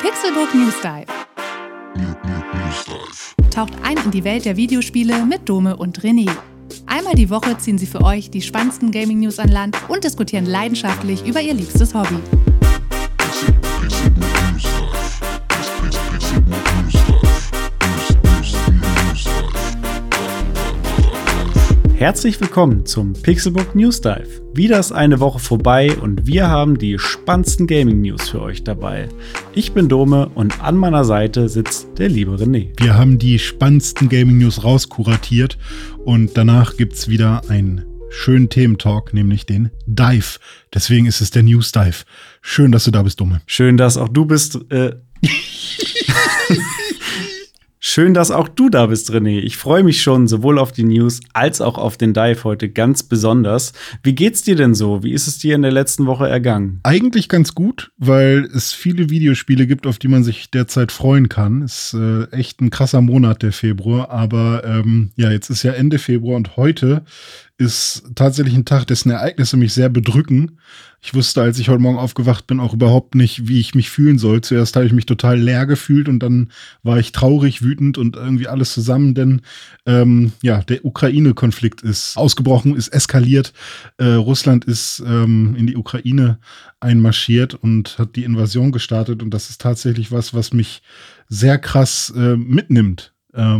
Pixelbook News Dive. Taucht ein in die Welt der Videospiele mit Dome und René. Einmal die Woche ziehen sie für euch die spannendsten Gaming-News an Land und diskutieren leidenschaftlich über ihr liebstes Hobby. Herzlich willkommen zum Pixelbook News Dive. Wieder ist eine Woche vorbei und wir haben die spannendsten Gaming-News für euch dabei. Ich bin Dome und an meiner Seite sitzt der liebe René. Wir haben die spannendsten Gaming-News rauskuratiert und danach gibt's wieder einen schönen Thementalk, nämlich den Dive. Deswegen ist es der News Dive. Schön, dass du da bist, Dome. Schön, dass auch du bist. Schön, dass auch du da bist, René. Ich freue mich schon sowohl auf die News als auch auf den Dive heute ganz besonders. Wie geht's dir denn so? Wie ist es dir in der letzten Woche ergangen? Eigentlich ganz gut, weil es viele Videospiele gibt, auf die man sich derzeit freuen kann. Ist echt ein krasser Monat, der Februar. Aber jetzt ist ja Ende Februar und heute ist tatsächlich ein Tag, dessen Ereignisse mich sehr bedrücken. Ich wusste, als ich heute Morgen aufgewacht bin, auch überhaupt nicht, wie ich mich fühlen soll. Zuerst habe ich mich total leer gefühlt und dann war ich traurig, wütend und irgendwie alles zusammen, denn der Ukraine-Konflikt ist ausgebrochen, ist eskaliert. Russland ist in die Ukraine einmarschiert und hat die Invasion gestartet und das ist tatsächlich was mich sehr krass mitnimmt,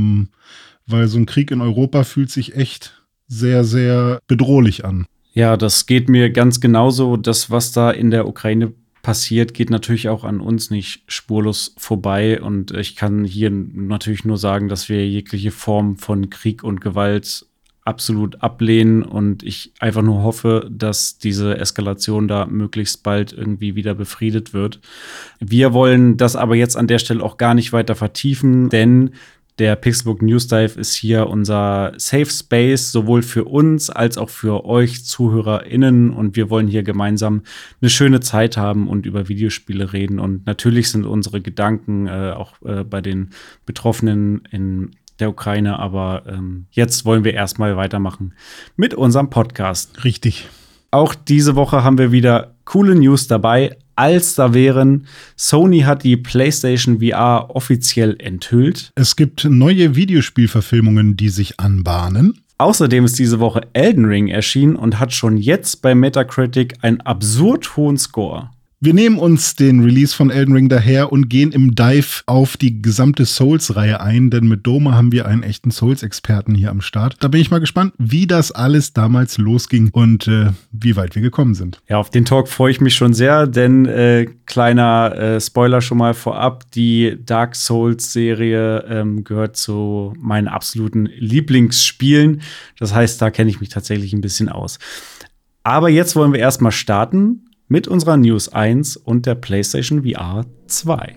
weil so ein Krieg in Europa fühlt sich echt sehr, sehr bedrohlich an. Ja, das geht mir ganz genauso. Das, was da in der Ukraine passiert, geht natürlich auch an uns nicht spurlos vorbei. Und ich kann hier natürlich nur sagen, dass wir jegliche Form von Krieg und Gewalt absolut ablehnen. Und ich einfach nur hoffe, dass diese Eskalation da möglichst bald irgendwie wieder befriedet wird. Wir wollen das aber jetzt an der Stelle auch gar nicht weiter vertiefen, denn der Pixelbook News Dive ist hier unser Safe Space, sowohl für uns als auch für euch ZuhörerInnen. Und wir wollen hier gemeinsam eine schöne Zeit haben und über Videospiele reden. Und natürlich sind unsere Gedanken auch bei den Betroffenen in der Ukraine. Aber jetzt wollen wir erstmal weitermachen mit unserem Podcast. Richtig. Auch diese Woche haben wir wieder coole News dabei. Als da wären, Sony hat die PlayStation VR offiziell enthüllt. Es gibt neue Videospielverfilmungen, die sich anbahnen. Außerdem ist diese Woche Elden Ring erschienen und hat schon jetzt bei Metacritic einen absurd hohen Score. Wir nehmen uns den Release von Elden Ring daher und gehen im Dive auf die gesamte Souls-Reihe ein, denn mit Dome haben wir einen echten Souls-Experten hier am Start. Da bin ich mal gespannt, wie das alles damals losging und wie weit wir gekommen sind. Ja, auf den Talk freue ich mich schon sehr, denn kleiner Spoiler schon mal vorab, die Dark Souls-Serie gehört zu meinen absoluten Lieblingsspielen. Das heißt, da kenne ich mich tatsächlich ein bisschen aus. Aber jetzt wollen wir erstmal starten mit unserer News 1 und der PlayStation VR 2.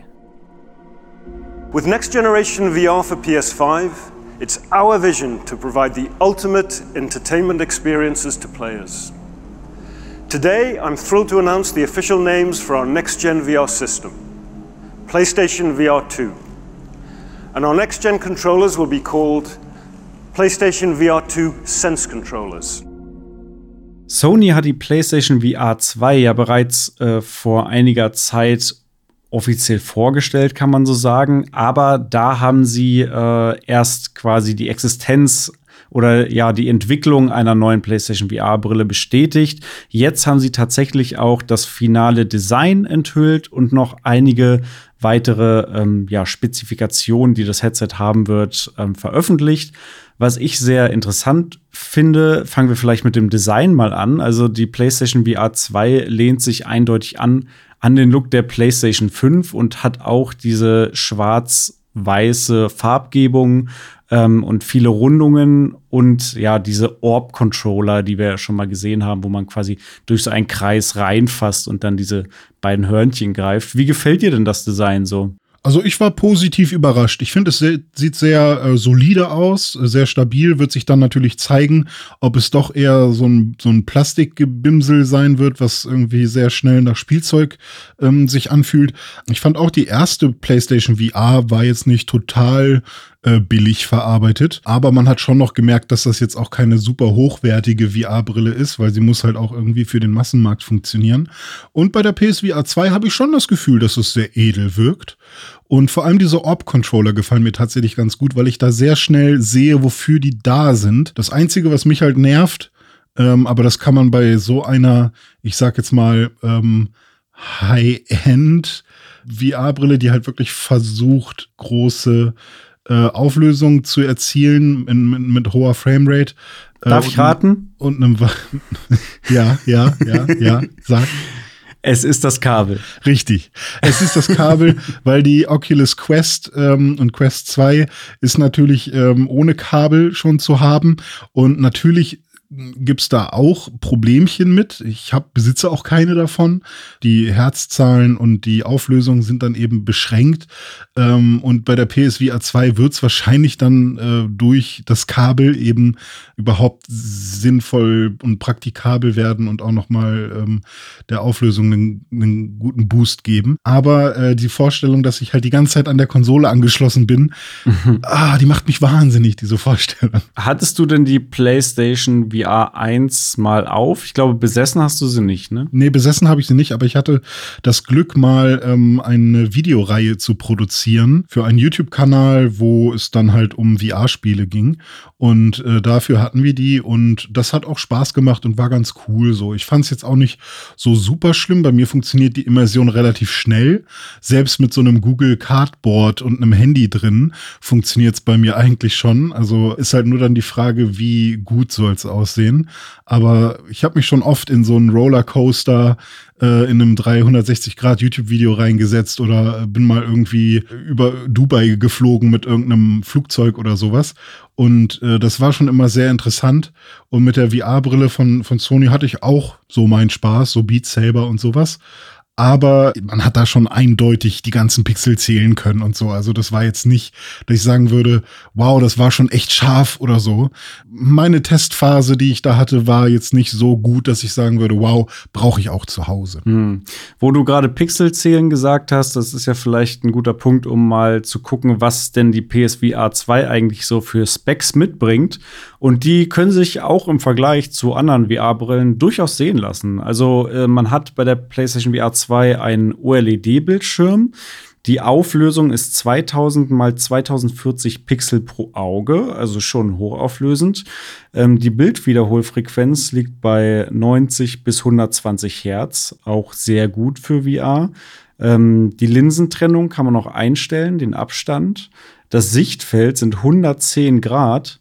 With Next Generation VR for PS5, it's our vision to provide the ultimate entertainment experiences to players. Today, I'm thrilled to announce the official names for our next-gen VR system, PlayStation VR 2. And our next-gen controllers will be called PlayStation VR 2 Sense Controllers. Sony hat die PlayStation VR 2 ja bereits vor einiger Zeit offiziell vorgestellt, kann man so sagen. Aber da haben sie erst quasi die Existenz oder ja die Entwicklung einer neuen PlayStation VR-Brille bestätigt. Jetzt haben sie tatsächlich auch das finale Design enthüllt und noch einige weitere Spezifikationen, die das Headset haben wird, veröffentlicht. Was ich sehr interessant finde, fangen wir vielleicht mit dem Design mal an. Also die PlayStation VR 2 lehnt sich eindeutig an den Look der PlayStation 5 und hat auch diese schwarz-weiße Farbgebung und viele Rundungen und ja, diese Orb-Controller, die wir ja schon mal gesehen haben, wo man quasi durch so einen Kreis reinfasst und dann diese beiden Hörnchen greift. Wie gefällt dir denn das Design so? Also ich war positiv überrascht. Ich finde, es sieht sehr solide aus, sehr stabil. Wird sich dann natürlich zeigen, ob es doch eher so ein Plastikgebimsel sein wird, was irgendwie sehr schnell nach Spielzeug sich anfühlt. Ich fand auch, die erste PlayStation VR war jetzt nicht total billig verarbeitet. Aber man hat schon noch gemerkt, dass das jetzt auch keine super hochwertige VR-Brille ist, weil sie muss halt auch irgendwie für den Massenmarkt funktionieren. Und bei der PSVR 2 habe ich schon das Gefühl, dass es sehr edel wirkt. Und vor allem diese Orb-Controller gefallen mir tatsächlich ganz gut, weil ich da sehr schnell sehe, wofür die da sind. Das Einzige, was mich halt nervt, aber das kann man bei so einer, ich sag jetzt mal, High-End VR-Brille, die halt wirklich versucht, große Auflösungen zu erzielen mit hoher Framerate. Darf ich raten? Und einem ja, sag. Es ist das Kabel. Richtig. Es ist das Kabel, weil die Oculus Quest und Quest 2 ist natürlich ohne Kabel schon zu haben. Und natürlich gibt's da auch Problemchen mit. Ich besitze auch keine davon. Die Herzzahlen und die Auflösung sind dann eben beschränkt. Und bei der PSVR 2 wird's wahrscheinlich dann durch das Kabel eben überhaupt sinnvoll und praktikabel werden und auch nochmal der Auflösung einen guten Boost geben. Aber die Vorstellung, dass ich halt die ganze Zeit an der Konsole angeschlossen bin, die macht mich wahnsinnig, diese Vorstellung. Hattest du denn die PlayStation VR 1 mal auf? Ich glaube, besessen hast du sie nicht, ne? Nee, besessen habe ich sie nicht, aber ich hatte das Glück, mal eine Videoreihe zu produzieren für einen YouTube-Kanal, wo es dann halt um VR-Spiele ging. Und dafür hatten wir die und das hat auch Spaß gemacht und war ganz cool so. Ich fand es jetzt auch nicht so super schlimm. Bei mir funktioniert die Immersion relativ schnell. Selbst mit so einem Google Cardboard und einem Handy drin funktioniert es bei mir eigentlich schon. Also ist halt nur dann die Frage, wie gut soll es aussehen. Aber ich habe mich schon oft in so einen Rollercoaster in einem 360-Grad YouTube-Video reingesetzt oder bin mal irgendwie über Dubai geflogen mit irgendeinem Flugzeug oder sowas. Und das war schon immer sehr interessant. Und mit der VR-Brille von Sony hatte ich auch so meinen Spaß, so Beat Saber und sowas. Aber man hat da schon eindeutig die ganzen Pixel zählen können und so. Also das war jetzt nicht, dass ich sagen würde, wow, das war schon echt scharf oder so. Meine Testphase, die ich da hatte, war jetzt nicht so gut, dass ich sagen würde, wow, brauche ich auch zu Hause. Wo du gerade Pixel zählen gesagt hast, das ist ja vielleicht ein guter Punkt, um mal zu gucken, was denn die PSVR 2 eigentlich so für Specs mitbringt. Und die können sich auch im Vergleich zu anderen VR-Brillen durchaus sehen lassen. Also man hat bei der PlayStation VR 2 einen OLED-Bildschirm. Die Auflösung ist 2000 x 2040 Pixel pro Auge, also schon hochauflösend. Die Bildwiederholfrequenz liegt bei 90 bis 120 Hertz, auch sehr gut für VR. Die Linsentrennung kann man auch einstellen, den Abstand. Das Sichtfeld sind 110 Grad.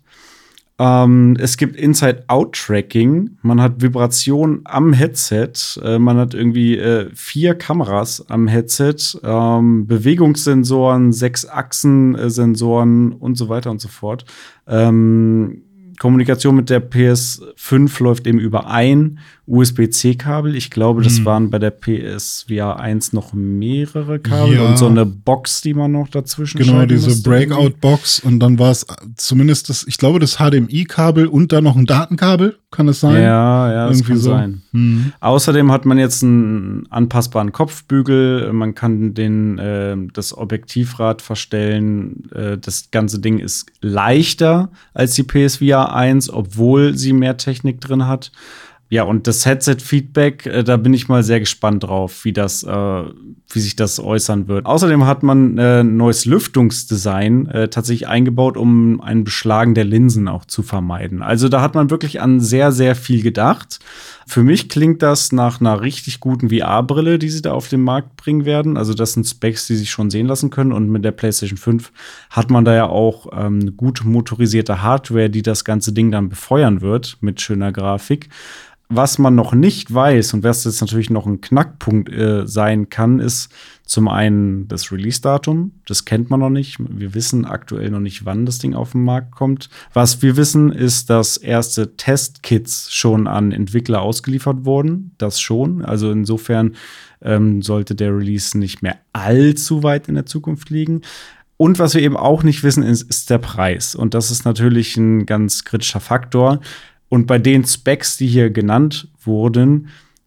Es gibt Inside-Out-Tracking, man hat Vibration am Headset, man hat irgendwie 4 Kameras am Headset, Bewegungssensoren, 6 Achsensensoren und so weiter und so fort. Kommunikation mit der PS5 läuft eben über ein USB-C-Kabel. Ich glaube, das waren bei der PSVR 1 noch mehrere Kabel und so eine Box, die man noch dazwischen Genau, diese Breakout-Box und dann war es zumindest das HDMI-Kabel und dann noch ein Datenkabel, kann es sein? Ja, das kann sein. Außerdem hat man jetzt einen anpassbaren Kopfbügel, man kann das Objektivrad verstellen. Das ganze Ding ist leichter als die PSVR 1, obwohl sie mehr Technik drin hat. Ja, und das Headset-Feedback, da bin ich mal sehr gespannt drauf, wie sich das äußern wird. Außerdem hat man neues Lüftungsdesign tatsächlich eingebaut, um ein Beschlagen der Linsen auch zu vermeiden. Also da hat man wirklich an sehr, sehr viel gedacht. Für mich klingt das nach einer richtig guten VR-Brille, die sie da auf den Markt bringen werden. Also das sind Specs, die sich schon sehen lassen können. Und mit der PlayStation 5 hat man da ja auch gut motorisierte Hardware, die das ganze Ding dann befeuern wird mit schöner Grafik. Was man noch nicht weiß und was jetzt natürlich noch ein Knackpunkt sein kann, ist zum einen das Release-Datum. Das kennt man noch nicht. Wir wissen aktuell noch nicht, wann das Ding auf den Markt kommt. Was wir wissen, ist, dass erste Testkits schon an Entwickler ausgeliefert wurden. Das schon. Also insofern sollte der Release nicht mehr allzu weit in der Zukunft liegen. Und was wir eben auch nicht wissen, ist der Preis. Und das ist natürlich ein ganz kritischer Faktor. Und bei den Specs, die hier genannt wurden,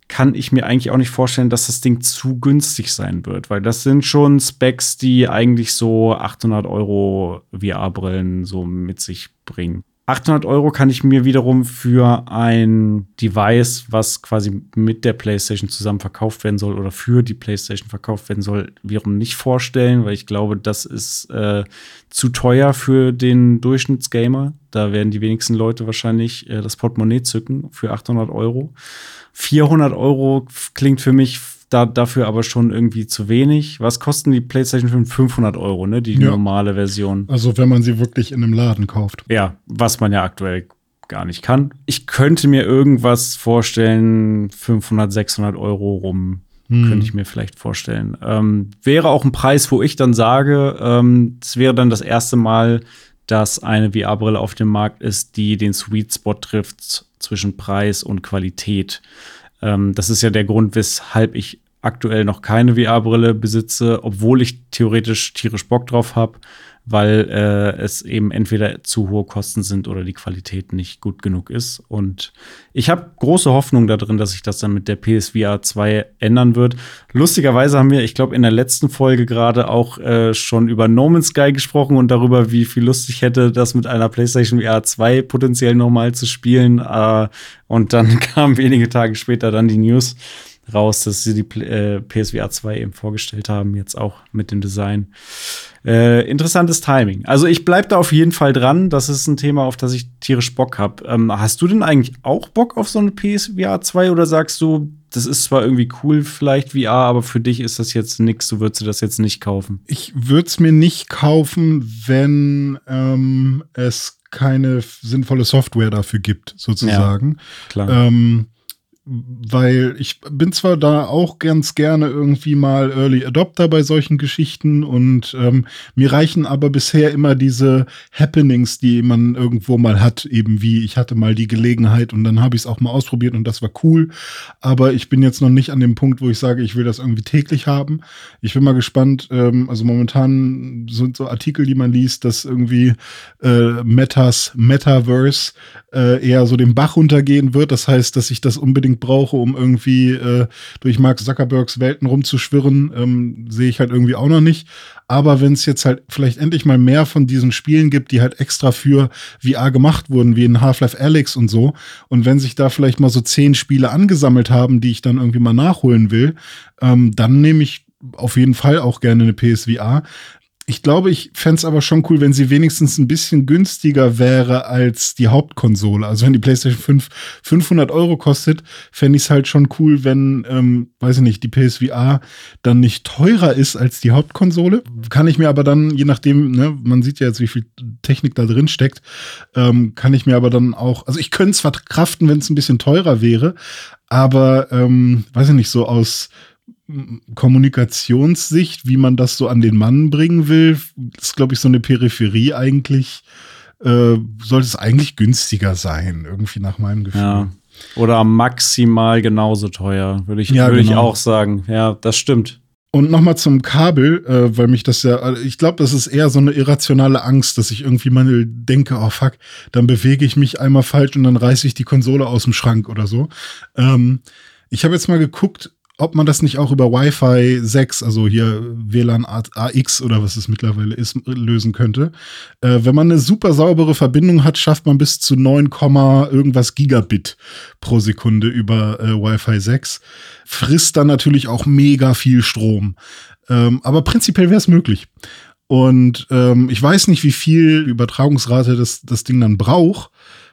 kann ich mir eigentlich auch nicht vorstellen, dass das Ding zu günstig sein wird, weil das sind schon Specs, die eigentlich so 800 € VR-Brillen so mit sich bringen. 800 € kann ich mir wiederum für ein Device, was quasi mit der PlayStation zusammen verkauft werden soll oder für die PlayStation verkauft werden soll, wiederum nicht vorstellen, weil ich glaube, das ist zu teuer für den Durchschnittsgamer. Da werden die wenigsten Leute wahrscheinlich das Portemonnaie zücken für 800 €. 400 € klingt für mich dafür aber schon irgendwie zu wenig. Was kosten die PlayStation 5? 500 €, ne? Die normale Version. Also wenn man sie wirklich in einem Laden kauft. Ja, was man ja aktuell gar nicht kann. Ich könnte mir irgendwas vorstellen, 500, 600 € rum. Könnte ich mir vielleicht vorstellen. Wäre auch ein Preis, wo ich dann sage, es wäre dann das erste Mal, dass eine VR-Brille auf dem Markt ist, die den Sweet Spot trifft zwischen Preis und Qualität. Das ist ja der Grund, weshalb ich aktuell noch keine VR-Brille besitze, obwohl ich theoretisch tierisch Bock drauf habe, weil es eben entweder zu hohe Kosten sind oder die Qualität nicht gut genug ist. Und ich habe große Hoffnung darin, dass sich das dann mit der PSVR 2 ändern wird. Lustigerweise haben wir, ich glaube, in der letzten Folge gerade auch schon über No Man's Sky gesprochen und darüber, wie viel Lust ich hätte, das mit einer PlayStation VR 2 potenziell nochmal zu spielen. Und dann kam wenige Tage später dann die News raus, dass sie die PSVR 2 eben vorgestellt haben, jetzt auch mit dem Design. Interessantes Timing. Also ich bleib da auf jeden Fall dran. Das ist ein Thema, auf das ich tierisch Bock habe. Hast du denn eigentlich auch Bock auf so eine PSVR 2 oder sagst du, das ist zwar irgendwie cool, vielleicht VR, aber für dich ist das jetzt nix, du würdest dir das jetzt nicht kaufen? Ich würde es mir nicht kaufen, wenn es keine sinnvolle Software dafür gibt, sozusagen. Ja, klar. Weil ich bin zwar da auch ganz gerne irgendwie mal Early Adopter bei solchen Geschichten und mir reichen aber bisher immer diese Happenings, die man irgendwo mal hat, eben wie ich hatte mal die Gelegenheit und dann habe ich es auch mal ausprobiert und das war cool, aber ich bin jetzt noch nicht an dem Punkt, wo ich sage, ich will das irgendwie täglich haben. Ich bin mal gespannt, also momentan sind so Artikel, die man liest, dass irgendwie Metaverse eher so den Bach runtergehen wird, das heißt, dass ich das unbedingt brauche, um irgendwie durch Mark Zuckerbergs Welten rumzuschwirren, sehe ich halt irgendwie auch noch nicht. Aber wenn es jetzt halt vielleicht endlich mal mehr von diesen Spielen gibt, die halt extra für VR gemacht wurden, wie in Half-Life Alyx und so, und wenn sich da vielleicht mal so 10 Spiele angesammelt haben, die ich dann irgendwie mal nachholen will, dann nehme ich auf jeden Fall auch gerne eine PSVR. Ich glaube, ich fände es aber schon cool, wenn sie wenigstens ein bisschen günstiger wäre als die Hauptkonsole. Also wenn die PlayStation 5 500 € kostet, fände ich es halt schon cool, wenn, weiß ich nicht, die PSVR dann nicht teurer ist als die Hauptkonsole. Kann ich mir aber dann, je nachdem, ne, man sieht ja jetzt, wie viel Technik da drin steckt, kann ich mir aber dann auch, also ich könnte es verkraften, wenn es ein bisschen teurer wäre, aber, weiß ich nicht, so aus Kommunikationssicht, wie man das so an den Mann bringen will, ist, glaube ich, so eine Peripherie eigentlich, sollte es eigentlich günstiger sein, irgendwie nach meinem Gefühl. Ja. Oder maximal genauso teuer, würde ich auch sagen. Ja, das stimmt. Und nochmal zum Kabel, weil mich das ja, ich glaube, das ist eher so eine irrationale Angst, dass ich irgendwie mal denke, oh fuck, dann bewege ich mich einmal falsch und dann reiße ich die Konsole aus dem Schrank oder so. Ich habe jetzt mal geguckt, ob man das nicht auch über Wi-Fi 6, also hier WLAN AX oder was es mittlerweile ist, lösen könnte. Wenn man eine super saubere Verbindung hat, schafft man bis zu 9, irgendwas Gigabit pro Sekunde über Wi-Fi 6. Frisst dann natürlich auch mega viel Strom. Aber prinzipiell wäre es möglich. Und ich weiß nicht, wie viel Übertragungsrate das Ding dann braucht.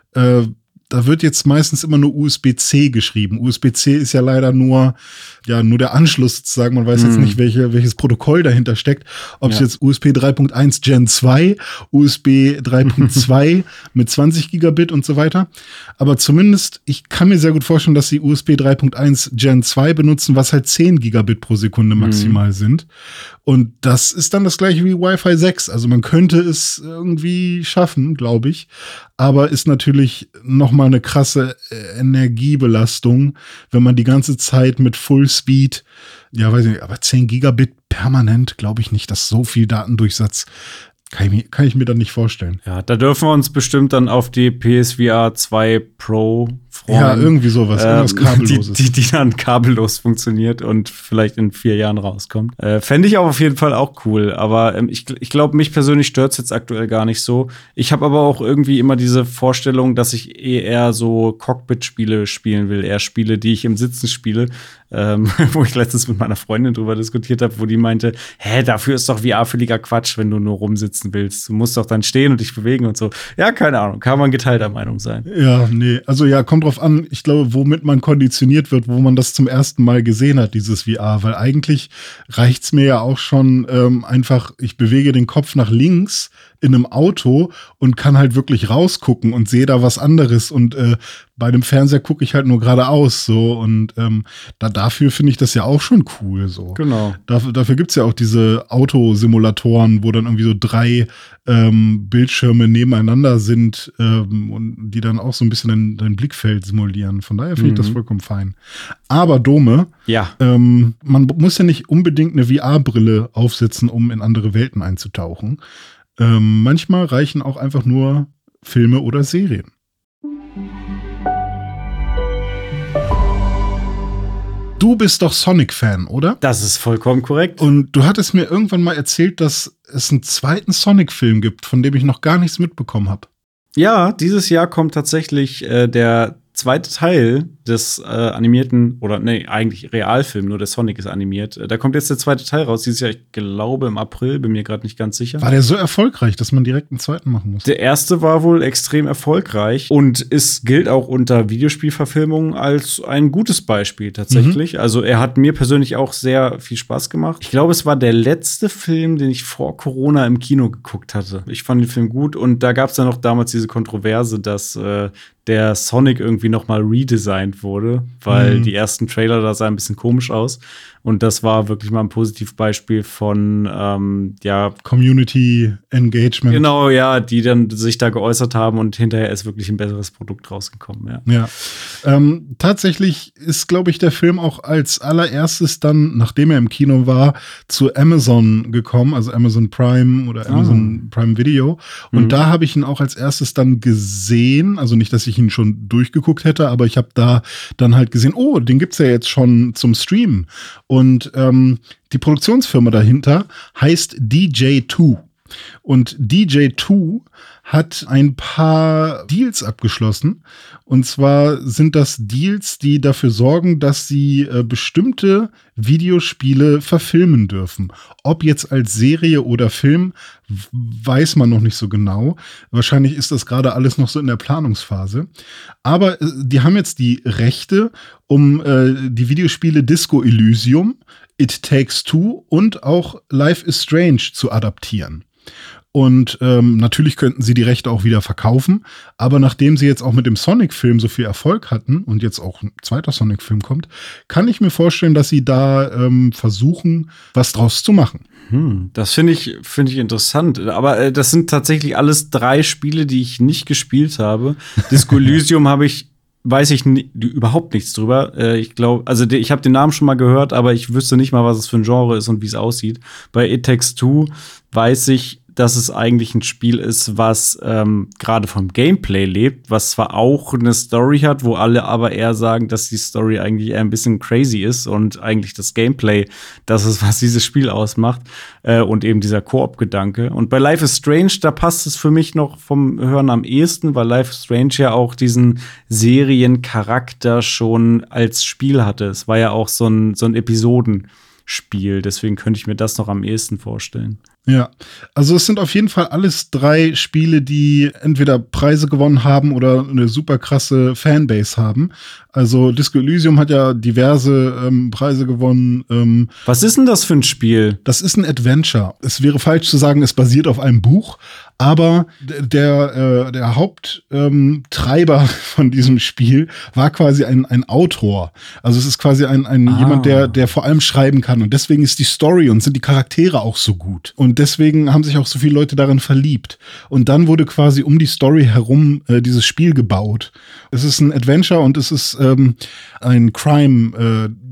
Da wird jetzt meistens immer nur USB-C geschrieben. USB-C ist ja leider nur der Anschluss sozusagen. Man weiß jetzt nicht, welches Protokoll dahinter steckt. Ob es jetzt USB 3.1 Gen 2, USB 3.2 mit 20 Gigabit und so weiter. Aber zumindest, ich kann mir sehr gut vorstellen, dass sie USB 3.1 Gen 2 benutzen, was halt 10 Gigabit pro Sekunde maximal sind. Und das ist dann das gleiche wie Wi-Fi 6. Also man könnte es irgendwie schaffen, glaube ich. Aber ist natürlich noch mal eine krasse Energiebelastung, wenn man die ganze Zeit mit Full Speed, ja weiß ich nicht, aber 10 Gigabit permanent, glaube ich nicht, dass so viel Datendurchsatz kann ich mir dann nicht vorstellen. Ja, da dürfen wir uns bestimmt dann auf die PSVR 2 Pro freuen. Ja, irgendwie sowas. Irgendwas Kabelloses. Die dann kabellos funktioniert und vielleicht in 4 Jahren rauskommt. Fände ich auch auf jeden Fall auch cool. Aber ich glaube, mich persönlich stört's jetzt aktuell gar nicht so. Ich habe aber auch irgendwie immer diese Vorstellung, dass ich eher so Cockpit-Spiele spielen will. Eher Spiele, die ich im Sitzen spiele. Wo ich letztens mit meiner Freundin drüber diskutiert habe, wo die meinte, dafür ist doch VR völliger Quatsch, wenn du nur rumsitzen willst. Du musst doch dann stehen und dich bewegen und so. Ja, keine Ahnung, kann man geteilter Meinung sein. Ja, nee, also ja, kommt drauf an, ich glaube, womit man konditioniert wird, wo man das zum ersten Mal gesehen hat, dieses VR, weil eigentlich reicht's mir ja auch schon einfach, ich bewege den Kopf nach links in einem Auto und kann halt wirklich rausgucken und sehe da was anderes und bei dem Fernseher gucke ich halt nur geradeaus so und dafür finde ich das ja auch schon cool so. Genau. Dafür gibt's ja auch diese Autosimulatoren, wo dann irgendwie so 3 Bildschirme nebeneinander sind und die dann auch so ein bisschen dein Blickfeld simulieren. Von daher finde ich das vollkommen fein. Aber Dome, ja. Man muss ja nicht unbedingt eine VR-Brille aufsetzen, um in andere Welten einzutauchen. Manchmal reichen auch einfach nur Filme oder Serien. Du bist doch Sonic-Fan, oder? Das ist vollkommen korrekt. Und du hattest mir irgendwann mal erzählt, dass es einen zweiten Sonic-Film gibt, von dem ich noch gar nichts mitbekommen habe. Ja, dieses Jahr kommt tatsächlich der zweite Teil des animierten, oder nee, eigentlich Realfilm, nur der Sonic ist animiert. Da kommt jetzt der zweite Teil raus, dieses Jahr, ich glaube im April, bin mir gerade nicht ganz sicher. War der so erfolgreich, dass man direkt einen zweiten machen muss? Der erste war wohl extrem erfolgreich und gilt auch unter Videospielverfilmungen als ein gutes Beispiel tatsächlich. Also er hat mir persönlich auch sehr viel Spaß gemacht. Ich glaube, es war der letzte Film, den ich vor Corona im Kino geguckt hatte. Ich fand den Film gut und da gab es dann noch damals diese Kontroverse, dass der Sonic irgendwie noch mal redesigned wurde, weil die ersten Trailer, da sah ein bisschen komisch aus. Und das war wirklich mal ein Positivbeispiel von Community Engagement. Genau, ja, die dann sich da geäußert haben und hinterher ist wirklich ein besseres Produkt rausgekommen, ja. Tatsächlich ist, glaube ich, der Film auch als allererstes dann, nachdem er im Kino war, zu Amazon gekommen, also Amazon Prime oder Amazon Prime Video. Und da habe ich ihn auch als erstes dann gesehen. Also nicht, dass ich ihn schon durchgeguckt hätte, aber ich habe da dann halt gesehen, oh, den gibt's ja jetzt schon zum Streamen. Und die Produktionsfirma dahinter heißt DJ2. Und DJ2 hat ein paar Deals abgeschlossen. Und zwar sind das Deals, die dafür sorgen, dass sie bestimmte Videospiele verfilmen dürfen. Ob jetzt als Serie oder Film, weiß man noch nicht so genau. Wahrscheinlich ist das gerade alles noch so in der Planungsphase. Aber die haben jetzt die Rechte, um die Videospiele Disco Elysium, It Takes Two und auch Life is Strange zu adaptieren. Und natürlich könnten sie die Rechte auch wieder verkaufen. Aber nachdem sie jetzt auch mit dem Sonic-Film so viel Erfolg hatten und jetzt auch ein zweiter Sonic-Film kommt, kann ich mir vorstellen, dass sie da versuchen, was draus zu machen. Das finde ich interessant. Aber das sind tatsächlich alles 3 Spiele, die ich nicht gespielt habe. Disco Elysium weiß ich überhaupt nichts drüber. Ich glaube, also ich habe den Namen schon mal gehört, aber ich wüsste nicht mal, was es für ein Genre ist und wie es aussieht. Bei It Takes Two weiß ich, dass es eigentlich ein Spiel ist, was gerade vom Gameplay lebt, was zwar auch eine Story hat, wo alle aber eher sagen, dass die Story eigentlich eher ein bisschen crazy ist und eigentlich das Gameplay, das ist, was dieses Spiel ausmacht und eben dieser Koop-Gedanke. Und bei Life is Strange, da passt es für mich noch vom Hören am ehesten, weil Life is Strange ja auch diesen Seriencharakter schon als Spiel hatte. Es war ja auch so ein Episodenspiel, deswegen könnte ich mir das noch am ehesten vorstellen. Ja, also es sind auf jeden Fall alles 3 Spiele, die entweder Preise gewonnen haben oder eine super krasse Fanbase haben. Also Disco Elysium hat ja diverse Preise gewonnen. Was ist denn das für ein Spiel? Das ist ein Adventure. Es wäre falsch zu sagen, es basiert auf einem Buch, aber der Haupttreiber von diesem Spiel war quasi ein Autor. Also es ist quasi jemand, der vor allem schreiben kann. Und deswegen ist die Story und sind die Charaktere auch so gut. Und deswegen haben sich auch so viele Leute darin verliebt. Und dann wurde quasi um die Story herum dieses Spiel gebaut. Es ist ein Adventure und es ist ein Crime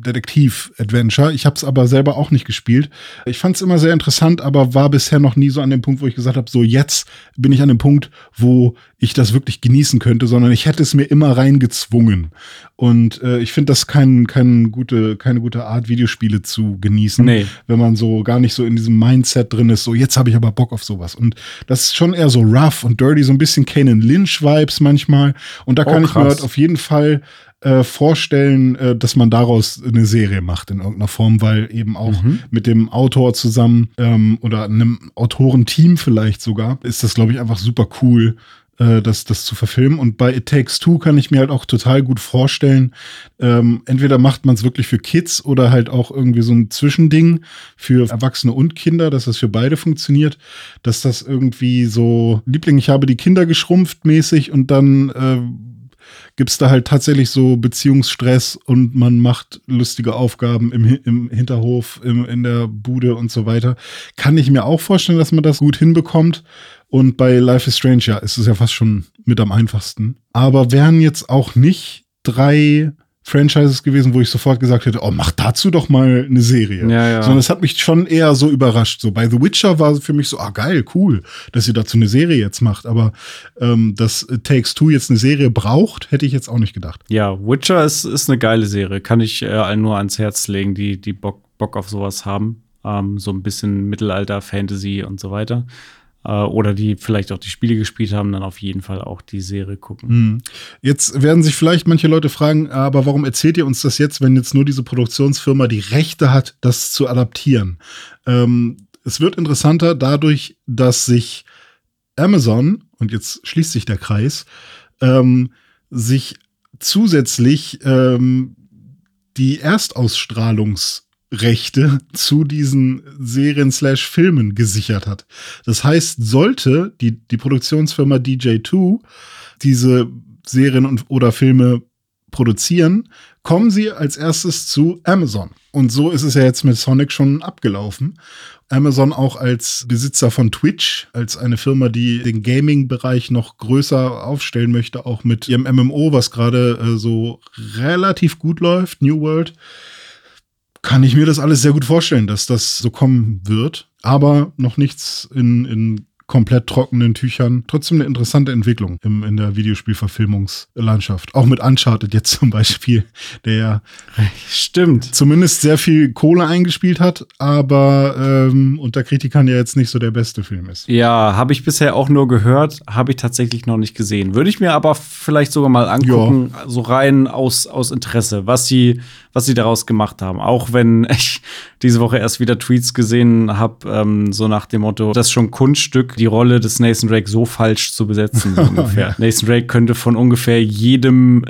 Detektiv-Adventure. Ich habe es aber selber auch nicht gespielt. Ich fand es immer sehr interessant, aber war bisher noch nie so an dem Punkt, wo ich gesagt habe, so jetzt bin ich an dem Punkt, wo ich das wirklich genießen könnte, sondern ich hätte es mir immer reingezwungen. Und ich finde das keine gute Art, Videospiele zu genießen, wenn man so gar nicht so in diesem Mindset drin ist, so jetzt habe ich aber Bock auf sowas. Und das ist schon eher so rough und dirty, so ein bisschen Kanan Lynch-Vibes manchmal. Und da kann ich mir halt auf jeden Fall vorstellen, dass man daraus eine Serie macht in irgendeiner Form, weil eben auch mit dem Autor zusammen oder einem Autorenteam vielleicht sogar, ist das, glaube ich, einfach super cool, das zu verfilmen. Und bei It Takes Two kann ich mir halt auch total gut vorstellen, entweder macht man es wirklich für Kids oder halt auch irgendwie so ein Zwischending für Erwachsene und Kinder, dass das für beide funktioniert, dass das irgendwie so Liebling, ich habe die Kinder geschrumpft mäßig und dann gibt's da halt tatsächlich so Beziehungsstress und man macht lustige Aufgaben im Hinterhof, in der Bude und so weiter. Kann ich mir auch vorstellen, dass man das gut hinbekommt. Und bei Life is Strange, ja, ist es ja fast schon mit am einfachsten. Aber wären jetzt auch nicht 3 Franchises gewesen, wo ich sofort gesagt hätte, oh, mach dazu doch mal eine Serie. Ja. Sondern es hat mich schon eher so überrascht. So bei The Witcher war für mich so, geil, cool, dass ihr dazu eine Serie jetzt macht. Aber dass It Takes Two jetzt eine Serie braucht, hätte ich jetzt auch nicht gedacht. Ja, Witcher ist eine geile Serie. Kann ich allen nur ans Herz legen, die Bock auf sowas haben. So ein bisschen Mittelalter, Fantasy und so weiter. Oder die vielleicht auch die Spiele gespielt haben, dann auf jeden Fall auch die Serie gucken. Jetzt werden sich vielleicht manche Leute fragen, aber warum erzählt ihr uns das jetzt, wenn jetzt nur diese Produktionsfirma die Rechte hat, das zu adaptieren? Es wird interessanter dadurch, dass sich Amazon, und jetzt schließt sich der Kreis, sich zusätzlich die Erstausstrahlungsrechte zu diesen Serien/Filmen gesichert hat. Das heißt, sollte die Produktionsfirma DJ2 diese Serien oder Filme produzieren, kommen sie als erstes zu Amazon. Und so ist es ja jetzt mit Sonic schon abgelaufen. Amazon auch als Besitzer von Twitch, als eine Firma, die den Gaming-Bereich noch größer aufstellen möchte, auch mit ihrem MMO, was gerade so relativ gut läuft, New World, kann ich mir das alles sehr gut vorstellen, dass das so kommen wird. Aber noch nichts in komplett trockenen Tüchern. Trotzdem eine interessante Entwicklung in der Videospielverfilmungslandschaft. Auch mit Uncharted jetzt zum Beispiel, der ja zumindest sehr viel Kohle eingespielt hat, aber unter Kritikern ja jetzt nicht so der beste Film ist. Ja, habe ich bisher auch nur gehört, habe ich tatsächlich noch nicht gesehen. Würde ich mir aber vielleicht sogar mal angucken, so rein aus Interesse, was sie daraus gemacht haben. Auch wenn ich diese Woche erst wieder Tweets gesehen habe, so nach dem Motto, das ist schon Kunststück, die Rolle des Nathan Drake so falsch zu besetzen, so ungefähr. Ja. Nathan Drake könnte von ungefähr jedem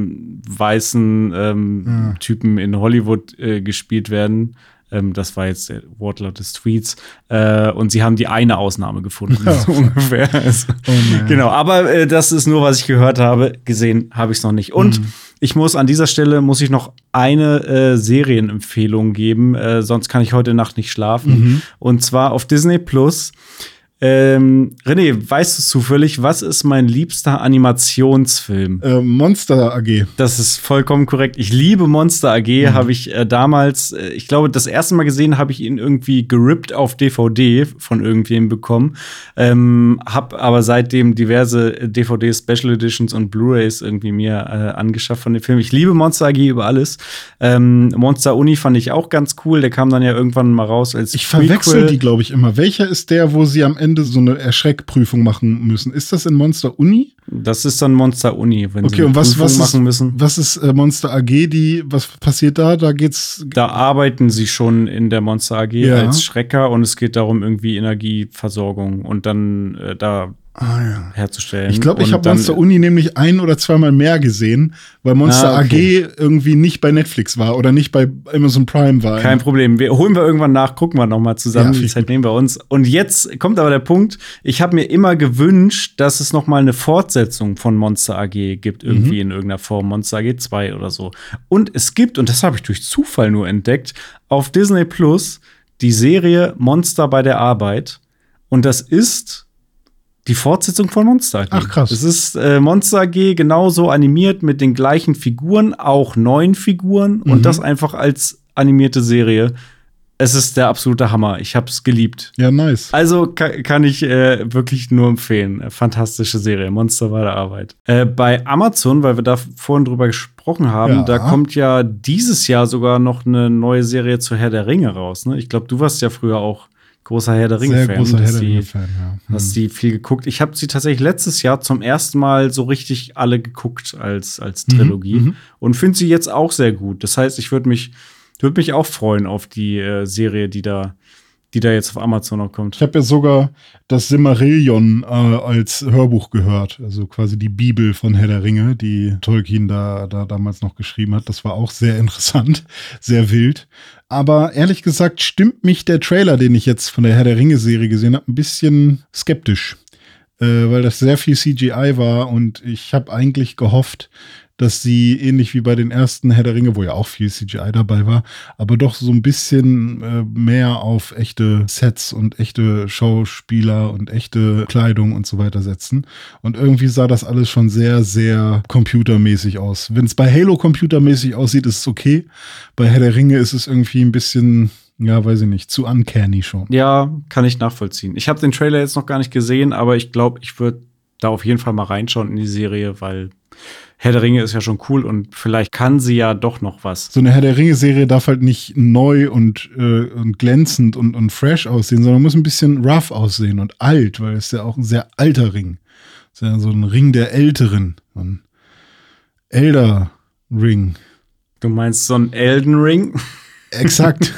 weißen Typen in Hollywood gespielt werden. Das war jetzt der Wortlaut des Tweets. Und sie haben die eine Ausnahme gefunden, so ungefähr. Also, genau, aber das ist nur, was ich gehört habe. Gesehen habe ich es noch nicht. Und ich muss an dieser Stelle noch eine Serienempfehlung geben, sonst kann ich heute Nacht nicht schlafen. Und zwar auf Disney Plus. René, weißt du zufällig, was ist mein liebster Animationsfilm? Monster AG. Das ist vollkommen korrekt. Ich liebe Monster AG. Habe ich damals, ich glaube, das erste Mal gesehen, habe ich ihn irgendwie gerippt auf DVD von irgendwem bekommen. Hab aber seitdem diverse DVD Special Editions und Blu-rays irgendwie mir angeschafft von dem Film. Ich liebe Monster AG über alles. Monster Uni fand ich auch ganz cool. Der kam dann ja irgendwann mal raus als Ich verwechsel die, glaube ich, immer. Welcher ist der, wo sie am Ende so eine Erschreckprüfung machen müssen? Ist das in Monster Uni? Das ist dann Monster Uni, wenn sie eine Prüfung machen müssen. Was ist Monster AG? Was passiert da? Da arbeiten sie schon in der Monster AG als Schrecker und es geht darum, irgendwie Energieversorgung und dann herzustellen. Ich glaube, ich habe Monster Uni nämlich 1- oder 2-mal mehr gesehen, weil Monster AG irgendwie nicht bei Netflix war oder nicht bei Amazon Prime war. Kein Problem. Holen wir irgendwann nach, gucken wir noch mal zusammen. Die Zeit nehmen wir uns. Und jetzt kommt aber der Punkt, ich habe mir immer gewünscht, dass es noch mal eine Fortsetzung von Monster AG gibt, irgendwie in irgendeiner Form. Monster AG 2 oder so. Und es gibt, und das habe ich durch Zufall nur entdeckt, auf Disney Plus die Serie Monster bei der Arbeit. Und das ist Die Fortsetzung von Monster AG. Ach, krass. Es ist Monster AG genauso animiert mit den gleichen Figuren, auch neuen Figuren und das einfach als animierte Serie. Es ist der absolute Hammer. Ich hab's geliebt. Ja, nice. Also kann ich wirklich nur empfehlen. Fantastische Serie. Monster bei der Arbeit. Bei Amazon, weil wir da vorhin drüber gesprochen haben, da kommt ja dieses Jahr sogar noch eine neue Serie zu Herr der Ringe raus. Ne? Ich glaube, du warst ja früher auch großer Herr der Ringe-Fan. Sehr großer Herr der Ringe-Fan, ja. Hast die viel geguckt. Ich habe sie tatsächlich letztes Jahr zum ersten Mal so richtig alle geguckt als Trilogie und finde sie jetzt auch sehr gut. Das heißt, ich würde mich auch freuen auf die Serie, die da jetzt auf Amazon noch kommt. Ich habe ja sogar das Silmarillion als Hörbuch gehört. Also quasi die Bibel von Herr der Ringe, die Tolkien da damals noch geschrieben hat. Das war auch sehr interessant, sehr wild. Aber ehrlich gesagt stimmt mich der Trailer, den ich jetzt von der Herr der Ringe-Serie gesehen habe, ein bisschen skeptisch. Weil das sehr viel CGI war und ich habe eigentlich gehofft, dass sie ähnlich wie bei den ersten Herr der Ringe, wo ja auch viel CGI dabei war, aber doch so ein bisschen mehr auf echte Sets und echte Schauspieler und echte Kleidung und so weiter setzen. Und irgendwie sah das alles schon sehr, sehr computermäßig aus. Wenn es bei Halo computermäßig aussieht, ist es okay. Bei Herr der Ringe ist es irgendwie ein bisschen, ja, weiß ich nicht, zu uncanny schon. Ja, kann ich nachvollziehen. Ich habe den Trailer jetzt noch gar nicht gesehen, aber ich glaube, ich würde da auf jeden Fall mal reinschauen in die Serie, weil Herr der Ringe ist ja schon cool und vielleicht kann sie ja doch noch was. So eine Herr der Ringe-Serie darf halt nicht neu und glänzend und fresh aussehen, sondern muss ein bisschen rough aussehen und alt, weil es ja auch ein sehr alter Ring. Es ist ja so ein Ring der Älteren. So ein Elder Ring. Du meinst so ein Elden Ring? Exakt.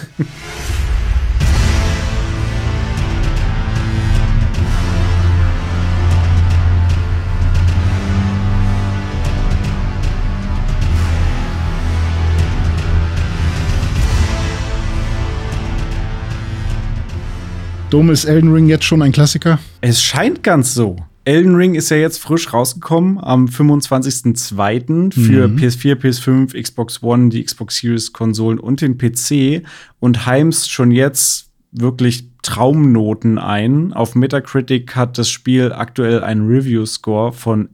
Dome, ist Elden Ring jetzt schon ein Klassiker? Es scheint ganz so. Elden Ring ist ja jetzt frisch rausgekommen am 25.02. für PS4, PS5, Xbox One, die Xbox Series Konsolen und den PC und heimst schon jetzt wirklich Traumnoten ein. Auf Metacritic hat das Spiel aktuell einen Review-Score von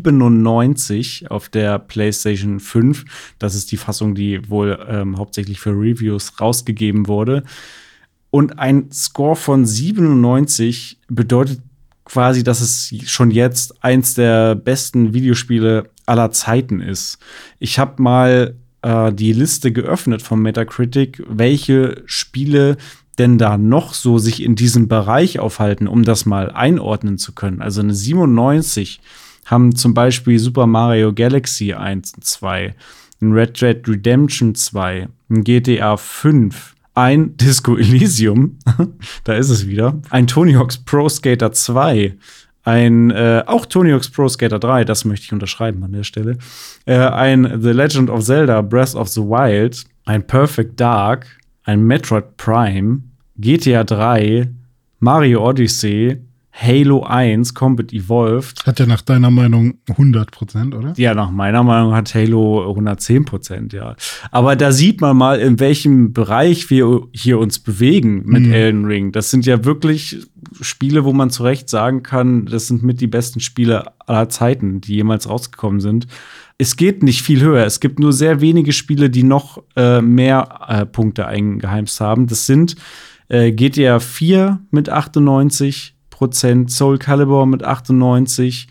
97 auf der PlayStation 5. Das ist die Fassung, die wohl hauptsächlich für Reviews rausgegeben wurde. Und ein Score von 97 bedeutet quasi, dass es schon jetzt eins der besten Videospiele aller Zeiten ist. Ich habe mal die Liste geöffnet von Metacritic, welche Spiele denn da noch so sich in diesem Bereich aufhalten, um das mal einordnen zu können. Also eine 97 haben zum Beispiel Super Mario Galaxy 1 und 2, ein Red Dead Redemption 2, ein GTA 5, ein Disco Elysium, da ist es wieder, ein Tony Hawk's Pro Skater 2, auch Tony Hawk's Pro Skater 3, das möchte ich unterschreiben an der Stelle, ein The Legend of Zelda Breath of the Wild, ein Perfect Dark, ein Metroid Prime, GTA 3, Mario Odyssey, Halo 1, Combat Evolved. Hat ja nach deiner Meinung 100%, oder? Ja, nach meiner Meinung hat Halo 110%, ja. Aber da sieht man mal, in welchem Bereich wir hier uns bewegen mit Elden Ring. Das sind ja wirklich Spiele, wo man zu Recht sagen kann, das sind mit die besten Spiele aller Zeiten, die jemals rausgekommen sind. Es geht nicht viel höher. Es gibt nur sehr wenige Spiele, die noch mehr Punkte eingeheimst haben. Das sind GTA 4 mit 98%, Soul Calibur mit 98,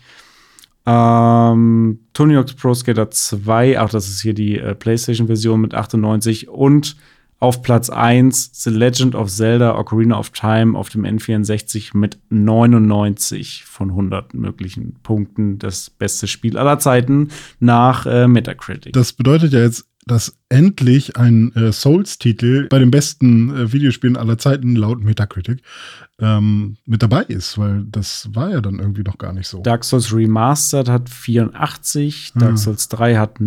Tony Hawk's Pro Skater 2, auch das ist hier die PlayStation-Version mit 98 und auf Platz 1 The Legend of Zelda Ocarina of Time auf dem N64 mit 99 von 100 möglichen Punkten. Das beste Spiel aller Zeiten nach Metacritic. Das bedeutet ja jetzt, dass endlich ein Souls-Titel bei den besten Videospielen aller Zeiten laut Metacritic mit dabei ist, weil das war ja dann irgendwie noch gar nicht so. Dark Souls Remastered hat 84, Dark Souls 3 hat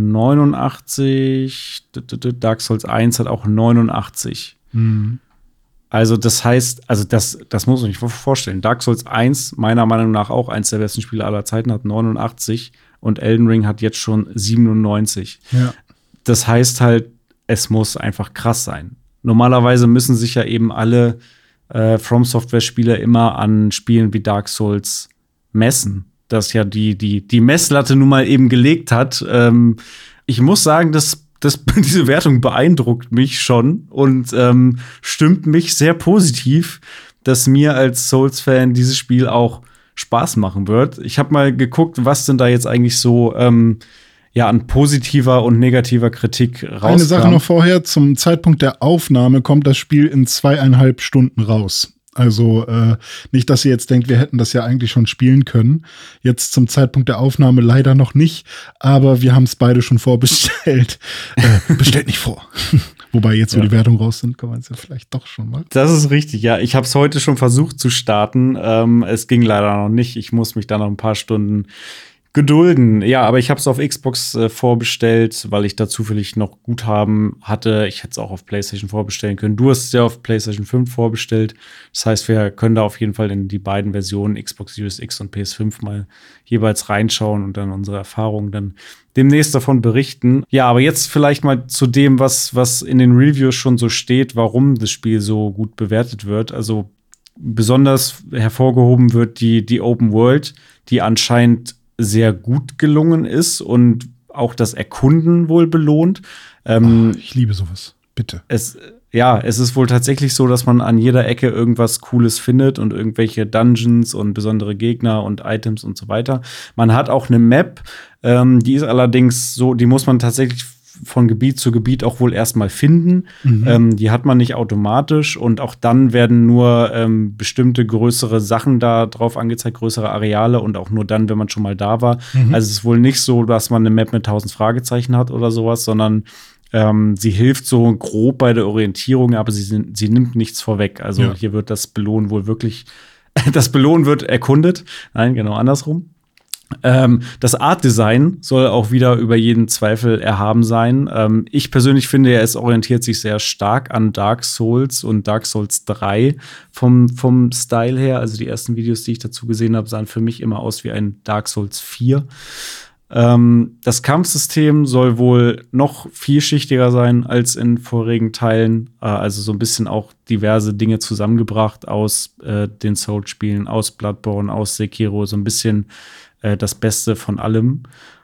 89, Dark Souls 1 hat auch 89. Also das heißt, das muss man sich vorstellen. Dark Souls 1, meiner Meinung nach auch eins der besten Spiele aller Zeiten, hat 89 und Elden Ring hat jetzt schon 97. Ja. Das heißt halt, es muss einfach krass sein. Normalerweise müssen sich ja eben alle From-Software-Spieler immer an Spielen wie Dark Souls messen, das ja die Messlatte nun mal eben gelegt hat. Ich muss sagen, diese Wertung beeindruckt mich schon und stimmt mich sehr positiv, dass mir als Souls-Fan dieses Spiel auch Spaß machen wird. Ich habe mal geguckt, was denn da jetzt eigentlich so an positiver und negativer Kritik rauskam. Eine Sache noch vorher, zum Zeitpunkt der Aufnahme kommt das Spiel in 2,5 Stunden raus. Also nicht, dass ihr jetzt denkt, wir hätten das ja eigentlich schon spielen können. Jetzt zum Zeitpunkt der Aufnahme leider noch nicht, aber wir haben es beide schon vorbestellt. Bestellt nicht vor. Wobei jetzt, wo die Wertung raus sind, kann man es ja vielleicht doch schon mal. Das ist richtig, ja. Ich habe es heute schon versucht zu starten. Es ging leider noch nicht. Ich muss mich da noch ein paar Stunden gedulden. Ja, aber ich habe es auf Xbox vorbestellt, weil ich da zufällig noch Guthaben hatte. Ich hätte es auch auf PlayStation vorbestellen können. Du hast es ja auf PlayStation 5 vorbestellt. Das heißt, wir können da auf jeden Fall in die beiden Versionen Xbox Series X und PS5 mal jeweils reinschauen und dann unsere Erfahrungen dann demnächst davon berichten. Ja, aber jetzt vielleicht mal zu dem, was in den Reviews schon so steht, warum das Spiel so gut bewertet wird. Also besonders hervorgehoben wird die Open World, die anscheinend sehr gut gelungen ist und auch das Erkunden wohl belohnt. Ich liebe sowas. Bitte. Es ist wohl tatsächlich so, dass man an jeder Ecke irgendwas Cooles findet und irgendwelche Dungeons und besondere Gegner und Items und so weiter. Man hat auch eine Map, die ist allerdings so, die muss man tatsächlich von Gebiet zu Gebiet auch wohl erstmal finden. Die hat man nicht automatisch und auch dann werden nur bestimmte größere Sachen da drauf angezeigt, größere Areale und auch nur dann, wenn man schon mal da war. Also es ist wohl nicht so, dass man eine Map mit 1000 Fragezeichen hat oder sowas, sondern sie hilft so grob bei der Orientierung, aber sie nimmt nichts vorweg. Also hier wird das Belohnen wohl wirklich, das Belohnen wird erkundet. Nein, genau andersrum. Das Art-Design soll auch wieder über jeden Zweifel erhaben sein. Ich persönlich finde ja, es orientiert sich sehr stark an Dark Souls und Dark Souls 3 vom Style her. Also die ersten Videos, die ich dazu gesehen habe, sahen für mich immer aus wie ein Dark Souls 4. Das Kampfsystem soll wohl noch vielschichtiger sein als in vorigen Teilen. Also so ein bisschen auch diverse Dinge zusammengebracht aus den Souls-Spielen, aus Bloodborne, aus Sekiro, so ein bisschen das Beste von allem.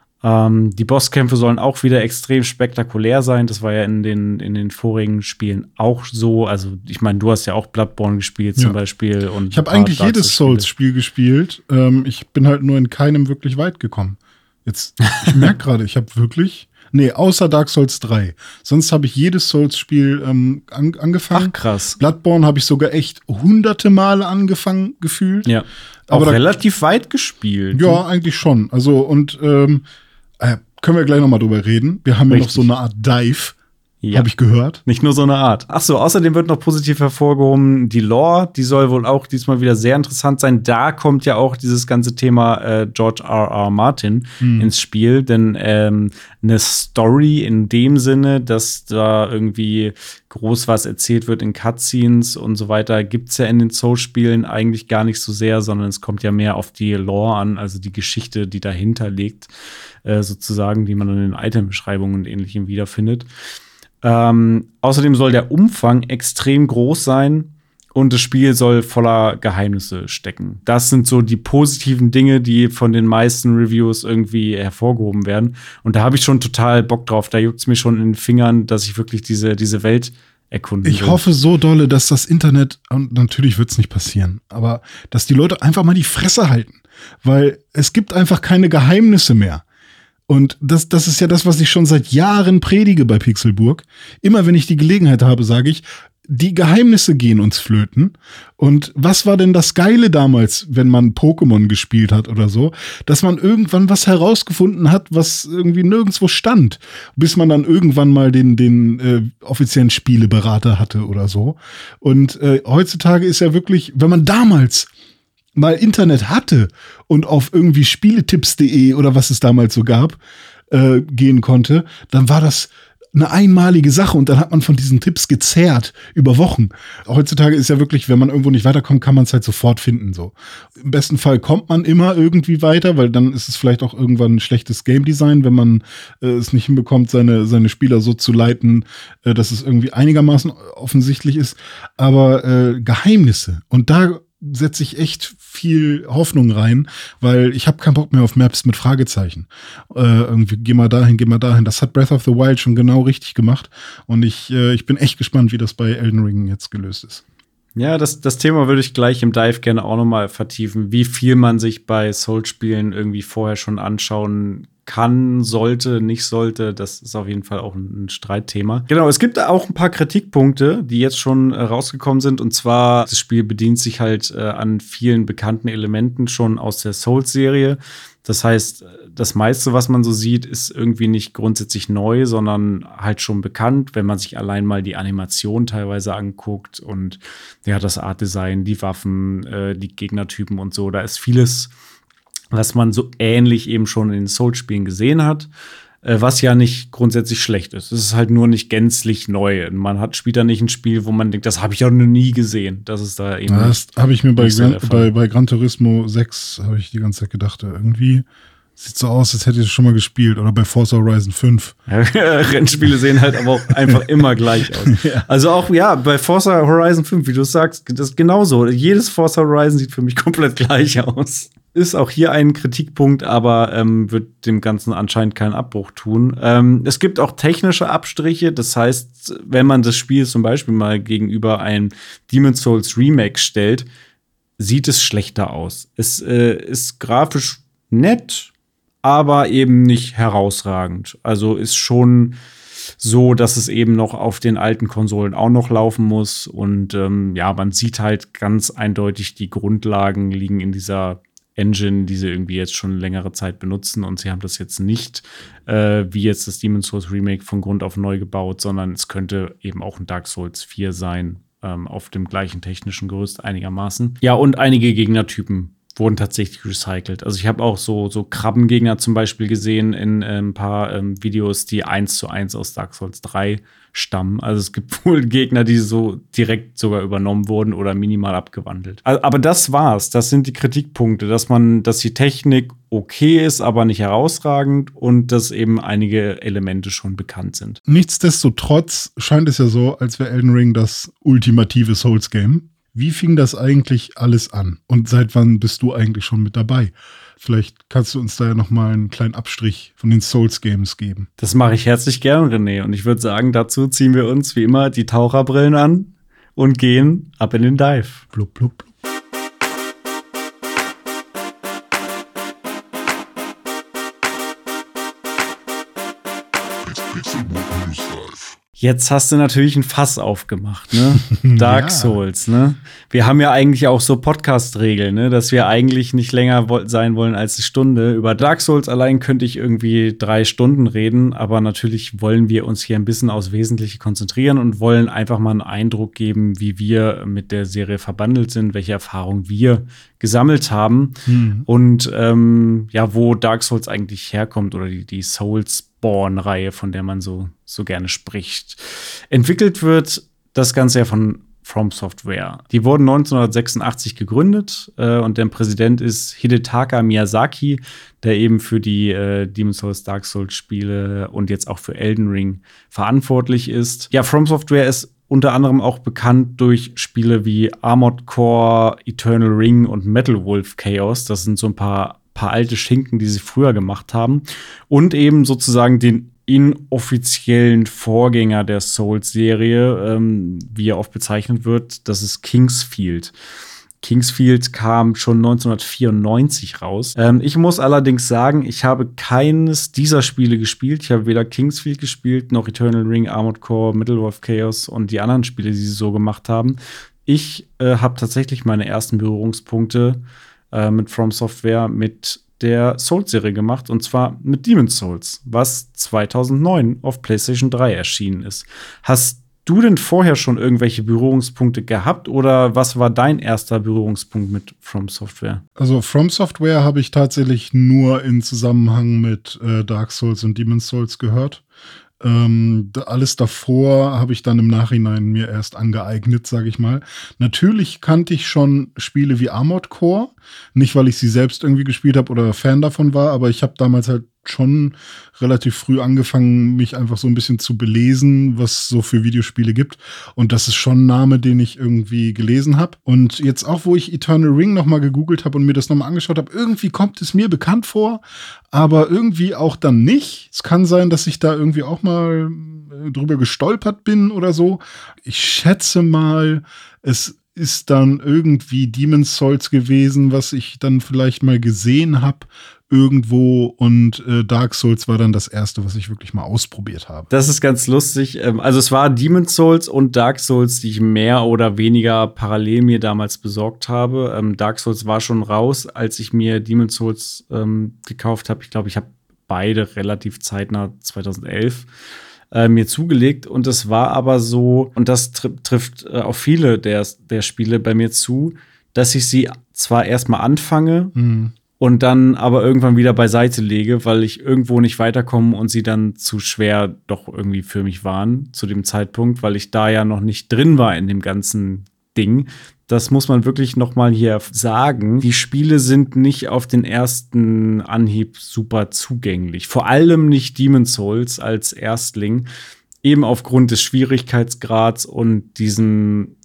Die Bosskämpfe sollen auch wieder extrem spektakulär sein. Das war ja in den vorigen Spielen auch so. Also ich meine, du hast ja auch Bloodborne gespielt zum Beispiel. Und ich habe eigentlich jedes Souls-Spiel gespielt. Ich bin halt nur in keinem wirklich weit gekommen. Jetzt, ich merke gerade, ich habe wirklich außer Dark Souls 3. Sonst habe ich jedes Souls-Spiel angefangen. Ach, krass. Bloodborne habe ich sogar echt hunderte Male angefangen gefühlt. Ja, aber auch relativ weit gespielt. Ja, eigentlich schon. Also, und können wir gleich noch mal drüber reden. Wir haben ja noch so eine Art Dive. Ja. Habe ich gehört. Nicht nur so eine Art. Ach so, außerdem wird noch positiv hervorgehoben, die Lore, die soll wohl auch diesmal wieder sehr interessant sein. Da kommt ja auch dieses ganze Thema George R.R. Martin ins Spiel. Denn eine Story in dem Sinne, dass da irgendwie groß was erzählt wird in Cutscenes und so weiter, gibt's ja in den Souls-Spielen eigentlich gar nicht so sehr, sondern es kommt ja mehr auf die Lore an, also die Geschichte, die dahinter liegt, sozusagen, die man in den Item-Beschreibungen und Ähnlichem wiederfindet. Außerdem soll der Umfang extrem groß sein und das Spiel soll voller Geheimnisse stecken. Das sind so die positiven Dinge, die von den meisten Reviews irgendwie hervorgehoben werden. Und da habe ich schon total Bock drauf. Da juckt's mir schon in den Fingern, dass ich wirklich diese Welt erkunden will. Ich hoffe so dolle, dass das Internet, und natürlich wird's nicht passieren, aber dass die Leute einfach mal die Fresse halten. Weil es gibt einfach keine Geheimnisse mehr. Und das ist ja das, was ich schon seit Jahren predige bei Pixelburg. Immer wenn ich die Gelegenheit habe, sage ich, die Geheimnisse gehen uns flöten. Und was war denn das Geile damals, wenn man Pokémon gespielt hat oder so? Dass man irgendwann was herausgefunden hat, was irgendwie nirgendwo stand. Bis man dann irgendwann mal den offiziellen Spieleberater hatte oder so. Und heutzutage ist ja wirklich, wenn man damals mal Internet hatte und auf irgendwie spieletipps.de oder was es damals so gab, gehen konnte, dann war das eine einmalige Sache und dann hat man von diesen Tipps gezerrt über Wochen. Heutzutage ist ja wirklich, wenn man irgendwo nicht weiterkommt, kann man es halt sofort finden. So. Im besten Fall kommt man immer irgendwie weiter, weil dann ist es vielleicht auch irgendwann ein schlechtes Game Design, wenn man es nicht hinbekommt, seine Spieler so zu leiten, dass es irgendwie einigermaßen offensichtlich ist. Aber Geheimnisse. Und da setze ich echt viel Hoffnung rein, weil ich habe keinen Bock mehr auf Maps mit Fragezeichen. Irgendwie geh mal dahin. Das hat Breath of the Wild schon genau richtig gemacht. Und ich bin echt gespannt, wie das bei Elden Ring jetzt gelöst ist. Ja, das Thema würde ich gleich im Dive gerne auch noch mal vertiefen, wie viel man sich bei Souls-Spielen irgendwie vorher schon anschauen kann, sollte, nicht sollte. Das ist auf jeden Fall auch ein Streitthema. Genau, es gibt auch ein paar Kritikpunkte, die jetzt schon rausgekommen sind. Und zwar, das Spiel bedient sich halt an vielen bekannten Elementen schon aus der Souls-Serie. Das heißt, das meiste, was man so sieht, ist irgendwie nicht grundsätzlich neu, sondern halt schon bekannt, wenn man sich allein mal die Animation teilweise anguckt und ja, das Artdesign, die Waffen, die Gegnertypen und so. Da ist vieles, was man so ähnlich eben schon in den Souls-Spielen gesehen hat, was ja nicht grundsätzlich schlecht ist. Es ist halt nur nicht gänzlich neu. Man spielt da nicht ein Spiel, wo man denkt, das habe ich auch noch nie gesehen. Das ist da eben. Das habe ich mir bei Gran Turismo 6 habe ich die ganze Zeit gedacht, irgendwie sieht so aus, als hätte ich es schon mal gespielt. Oder bei Forza Horizon 5. Rennspiele sehen halt aber auch einfach immer gleich aus. Ja. Also auch, ja, bei Forza Horizon 5, wie du sagst, das ist genauso. Jedes Forza Horizon sieht für mich komplett gleich aus. Ist auch hier ein Kritikpunkt, aber wird dem Ganzen anscheinend keinen Abbruch tun. Es gibt auch technische Abstriche. Das heißt, wenn man das Spiel zum Beispiel mal gegenüber einem Demon's Souls Remake stellt, sieht es schlechter aus. Es ist grafisch nett, aber eben nicht herausragend. Also ist schon so, dass es eben noch auf den alten Konsolen auch noch laufen muss. Und ja, man sieht halt ganz eindeutig, die Grundlagen liegen in dieser Engine, die sie irgendwie jetzt schon längere Zeit benutzen. Und sie haben das jetzt nicht wie jetzt das Demon's Souls Remake von Grund auf neu gebaut, sondern es könnte eben auch ein Dark Souls 4 sein, auf dem gleichen technischen Gerüst einigermaßen. Ja, und einige Gegnertypen wurden tatsächlich recycelt. Also ich habe auch so Krabbengegner zum Beispiel gesehen in ein paar Videos, die 1:1 aus Dark Souls 3 stammen. Also es gibt wohl Gegner, die so direkt sogar übernommen wurden oder minimal abgewandelt. Aber das war's. Das sind die Kritikpunkte, dass die Technik okay ist, aber nicht herausragend und dass eben einige Elemente schon bekannt sind. Nichtsdestotrotz scheint es ja so, als wäre Elden Ring das ultimative Souls-Game. Wie fing das eigentlich alles an? Und seit wann bist du eigentlich schon mit dabei? Vielleicht kannst du uns da ja noch mal einen kleinen Abstrich von den Souls-Games geben. Das mache ich herzlich gern, René. Und ich würde sagen, dazu ziehen wir uns wie immer die Taucherbrillen an und gehen ab in den Dive. Blub, blub, blub. Jetzt hast du natürlich ein Fass aufgemacht, ne? Dark Souls, ne? Wir haben ja eigentlich auch so Podcast-Regeln, ne? Dass wir eigentlich nicht länger sein wollen als eine Stunde. Über Dark Souls allein könnte ich irgendwie 3 Stunden reden, aber natürlich wollen wir uns hier ein bisschen aufs Wesentliche konzentrieren und wollen einfach mal einen Eindruck geben, wie wir mit der Serie verbandelt sind, welche Erfahrungen wir gesammelt haben und ja, wo Dark Souls eigentlich herkommt oder die Soulsborne-Reihe, von der man so gerne spricht. Entwickelt wird das Ganze ja von From Software. Die wurden 1986 gegründet und der Präsident ist Hidetaka Miyazaki, der eben für die Demon's Souls, Dark Souls Spiele und jetzt auch für Elden Ring verantwortlich ist. Ja, From Software ist unter anderem auch bekannt durch Spiele wie Armored Core, Eternal Ring und Metal Wolf Chaos. Das sind so ein paar alte Schinken, die sie früher gemacht haben. Und eben sozusagen den inoffiziellen Vorgänger der Souls-Serie, wie er oft bezeichnet wird, das ist Kingsfield. Kingsfield kam schon 1994 raus. Ich muss allerdings sagen, ich habe keines dieser Spiele gespielt. Ich habe weder Kingsfield gespielt, noch Eternal Ring, Armored Core, Metal Wolf Chaos und die anderen Spiele, die sie so gemacht haben. Ich habe tatsächlich meine ersten Berührungspunkte mit From Software mit der Souls-Serie gemacht, und zwar mit Demon's Souls, was 2009 auf PlayStation 3 erschienen ist. Hast du denn vorher schon irgendwelche Berührungspunkte gehabt oder was war dein erster Berührungspunkt mit From Software? Also From Software habe ich tatsächlich nur in Zusammenhang mit Dark Souls und Demon's Souls gehört. Alles davor habe ich dann im Nachhinein mir erst angeeignet, sage ich mal. Natürlich kannte ich schon Spiele wie Armored Core, nicht weil ich sie selbst irgendwie gespielt habe oder Fan davon war, aber ich habe damals halt schon relativ früh angefangen, mich einfach so ein bisschen zu belesen, was es so für Videospiele gibt. Und das ist schon ein Name, den ich irgendwie gelesen habe. Und jetzt auch, wo ich Eternal Ring nochmal gegoogelt habe und mir das nochmal angeschaut habe, irgendwie kommt es mir bekannt vor, aber irgendwie auch dann nicht. Es kann sein, dass ich da irgendwie auch mal drüber gestolpert bin oder so. Ich schätze mal, es ist dann irgendwie Demon's Souls gewesen, was ich dann vielleicht mal gesehen habe irgendwo, und Dark Souls war dann das erste, was ich wirklich mal ausprobiert habe. Das ist ganz lustig. Also es war Demon's Souls und Dark Souls, die ich mehr oder weniger parallel mir damals besorgt habe. Dark Souls war schon raus, als ich mir Demon's Souls gekauft habe. Ich glaube, ich habe beide relativ zeitnah 2011 mir zugelegt, und es war aber so, und das trifft auf viele der Spiele bei mir zu, dass ich sie zwar erstmal anfange und dann aber irgendwann wieder beiseite lege, weil ich irgendwo nicht weiterkomme und sie dann zu schwer doch irgendwie für mich waren zu dem Zeitpunkt, weil ich da ja noch nicht drin war in dem ganzen Ding. Das muss man wirklich noch mal hier sagen. Die Spiele sind nicht auf den ersten Anhieb super zugänglich. Vor allem nicht Demon's Souls als Erstling. Eben aufgrund des Schwierigkeitsgrads und diesem,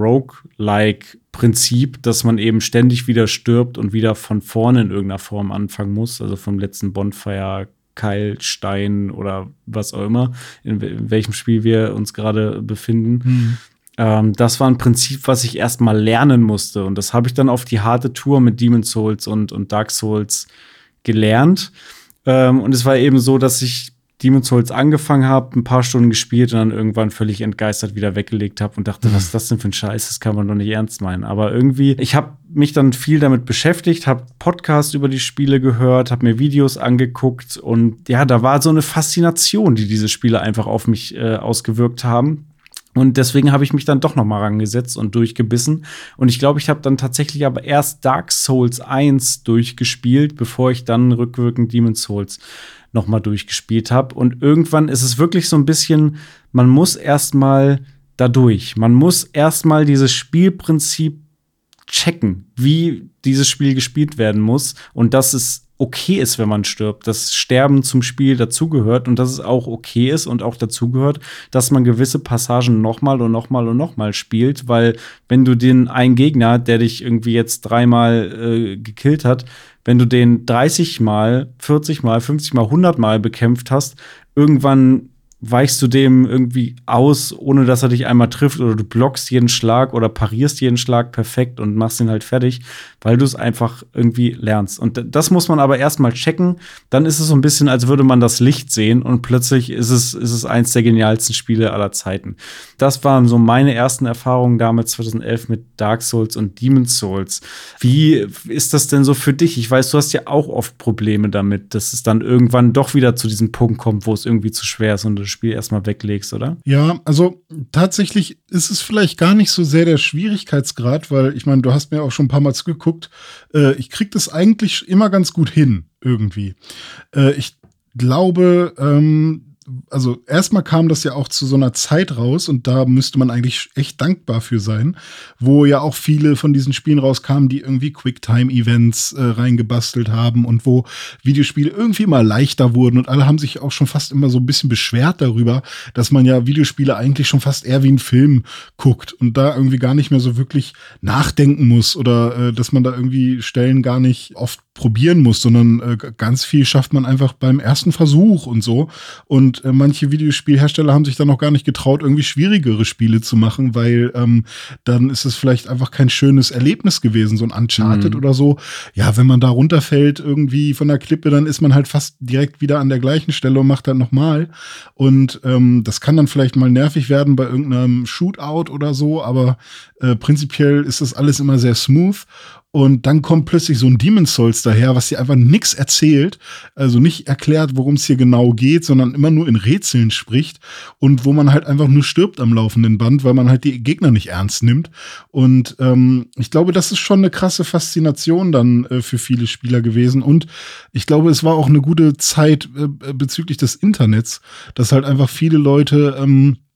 Roguelike-Prinzip, dass man eben ständig wieder stirbt und wieder von vorne in irgendeiner Form anfangen muss. Also vom letzten Bonfire, Keil, Stein oder was auch immer, in welchem Spiel wir uns gerade befinden. Das war ein Prinzip, was ich erst mal lernen musste. Und das habe ich dann auf die harte Tour mit Demon's Souls und Dark Souls gelernt. Und es war eben so, dass ich Demon's Souls angefangen habe, ein paar Stunden gespielt und dann irgendwann völlig entgeistert wieder weggelegt habe und dachte, was ist das denn für ein Scheiß? Das kann man doch nicht ernst meinen. Aber irgendwie, ich habe mich dann viel damit beschäftigt, habe Podcasts über die Spiele gehört, habe mir Videos angeguckt, und ja, da war so eine Faszination, die diese Spiele einfach auf mich ausgewirkt haben. Und deswegen habe ich mich dann doch noch mal rangesetzt und durchgebissen. Und ich glaube, ich habe dann tatsächlich aber erst Dark Souls 1 durchgespielt, bevor ich dann rückwirkend Demon's Souls noch mal durchgespielt habe. Und irgendwann ist es wirklich so ein bisschen, man muss erst mal da durch. Man muss erst mal dieses Spielprinzip checken, wie dieses Spiel gespielt werden muss. Und dass es okay ist, wenn man stirbt, dass Sterben zum Spiel dazugehört und dass es auch okay ist und auch dazugehört, dass man gewisse Passagen nochmal und nochmal und nochmal spielt, weil wenn du den einen Gegner, der dich irgendwie jetzt 3-mal gekillt hat, wenn du den 30 Mal, 40 Mal, 50 Mal, 100 Mal bekämpft hast, irgendwann weichst du dem irgendwie aus, ohne dass er dich einmal trifft, oder du blockst jeden Schlag oder parierst jeden Schlag perfekt und machst ihn halt fertig, weil du es einfach irgendwie lernst. Und das muss man aber erstmal checken. Dann ist es so ein bisschen, als würde man das Licht sehen, und plötzlich ist es eins der genialsten Spiele aller Zeiten. Das waren so meine ersten Erfahrungen damals 2011 mit Dark Souls und Demon's Souls. Wie ist das denn so für dich? Ich weiß, du hast ja auch oft Probleme damit, dass es dann irgendwann doch wieder zu diesem Punkt kommt, wo es irgendwie zu schwer ist und du das Spiel erstmal weglegst, oder? Ja, also tatsächlich ist es vielleicht gar nicht so sehr der Schwierigkeitsgrad, weil ich meine, du hast mir auch schon ein paar Mal zugeguckt. Ich krieg das eigentlich immer ganz gut hin, irgendwie. Ich glaube, also erstmal kam das ja auch zu so einer Zeit raus, und da müsste man eigentlich echt dankbar für sein, wo ja auch viele von diesen Spielen rauskamen, die irgendwie Quicktime-Events reingebastelt haben und wo Videospiele irgendwie immer leichter wurden, und alle haben sich auch schon fast immer so ein bisschen beschwert darüber, dass man ja Videospiele eigentlich schon fast eher wie einen Film guckt und da irgendwie gar nicht mehr so wirklich nachdenken muss, oder dass man da irgendwie Stellen gar nicht oft probieren muss, sondern ganz viel schafft man einfach beim ersten Versuch und so. Und manche Videospielhersteller haben sich dann noch gar nicht getraut, irgendwie schwierigere Spiele zu machen, weil dann ist es vielleicht einfach kein schönes Erlebnis gewesen, so ein Uncharted oder so. Ja, wenn man da runterfällt irgendwie von der Klippe, dann ist man halt fast direkt wieder an der gleichen Stelle und macht dann nochmal. Und das kann dann vielleicht mal nervig werden bei irgendeinem Shootout oder so, aber prinzipiell ist das alles immer sehr smooth. Und dann kommt plötzlich so ein Demon's Souls daher, was dir einfach nichts erzählt, also nicht erklärt, worum es hier genau geht, sondern immer nur in Rätseln spricht, und wo man halt einfach nur stirbt am laufenden Band, weil man halt die Gegner nicht ernst nimmt. Und ich glaube, das ist schon eine krasse Faszination dann für viele Spieler gewesen. Und ich glaube, es war auch eine gute Zeit bezüglich des Internets, dass halt einfach viele Leute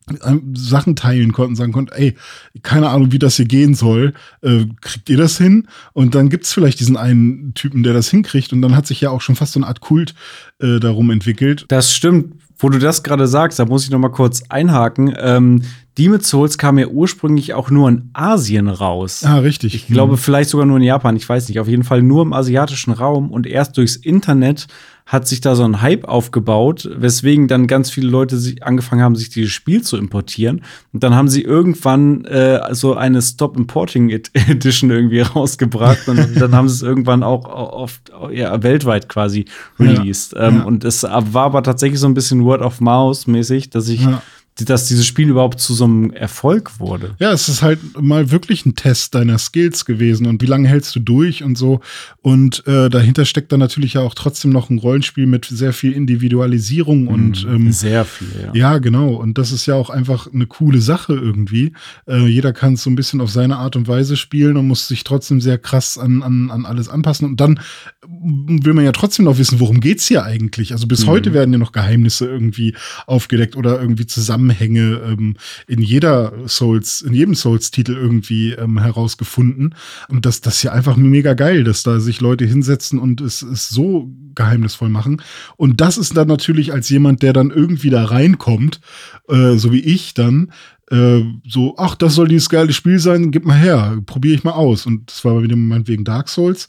Sachen teilen konnten, sagen konnten, ey, keine Ahnung, wie das hier gehen soll, kriegt ihr das hin? Und dann gibt's vielleicht diesen einen Typen, der das hinkriegt, und dann hat sich ja auch schon fast so eine Art Kult darum entwickelt. Das stimmt. Wo du das gerade sagst, da muss ich noch mal kurz einhaken. Demon's Souls kam ja ursprünglich auch nur in Asien raus. Ah, richtig. Ich glaube, vielleicht sogar nur in Japan, ich weiß nicht. Auf jeden Fall nur im asiatischen Raum. Und erst durchs Internet hat sich da so ein Hype aufgebaut, weswegen dann ganz viele Leute angefangen haben, sich dieses Spiel zu importieren. Und dann haben sie irgendwann so eine Stop Importing Edition irgendwie rausgebracht. Und dann haben sie es irgendwann auch weltweit quasi released. Und es war aber tatsächlich so ein bisschen Word of Mouth mäßig, dass dieses Spiel überhaupt zu so einem Erfolg wurde. Ja, es ist halt mal wirklich ein Test deiner Skills gewesen und wie lange hältst du durch und so. Und dahinter steckt dann natürlich ja auch trotzdem noch ein Rollenspiel mit sehr viel Individualisierung und sehr viel, ja. Ja, genau. Und das ist ja auch einfach eine coole Sache irgendwie. Jeder kann es so ein bisschen auf seine Art und Weise spielen und muss sich trotzdem sehr krass an alles anpassen. Und dann will man ja trotzdem noch wissen, worum geht's hier eigentlich? Also bis heute werden ja noch Geheimnisse irgendwie aufgedeckt oder irgendwie Zusammenhänge in jedem Souls-Titel irgendwie herausgefunden. Und das ist ja einfach mega geil, dass da sich Leute hinsetzen und es so geheimnisvoll machen. Und das ist dann natürlich als jemand, der dann irgendwie da reinkommt, so wie ich dann, so, ach, das soll dieses geile Spiel sein, gib mal her, probiere ich mal aus. Und das war wieder meinetwegen Dark Souls.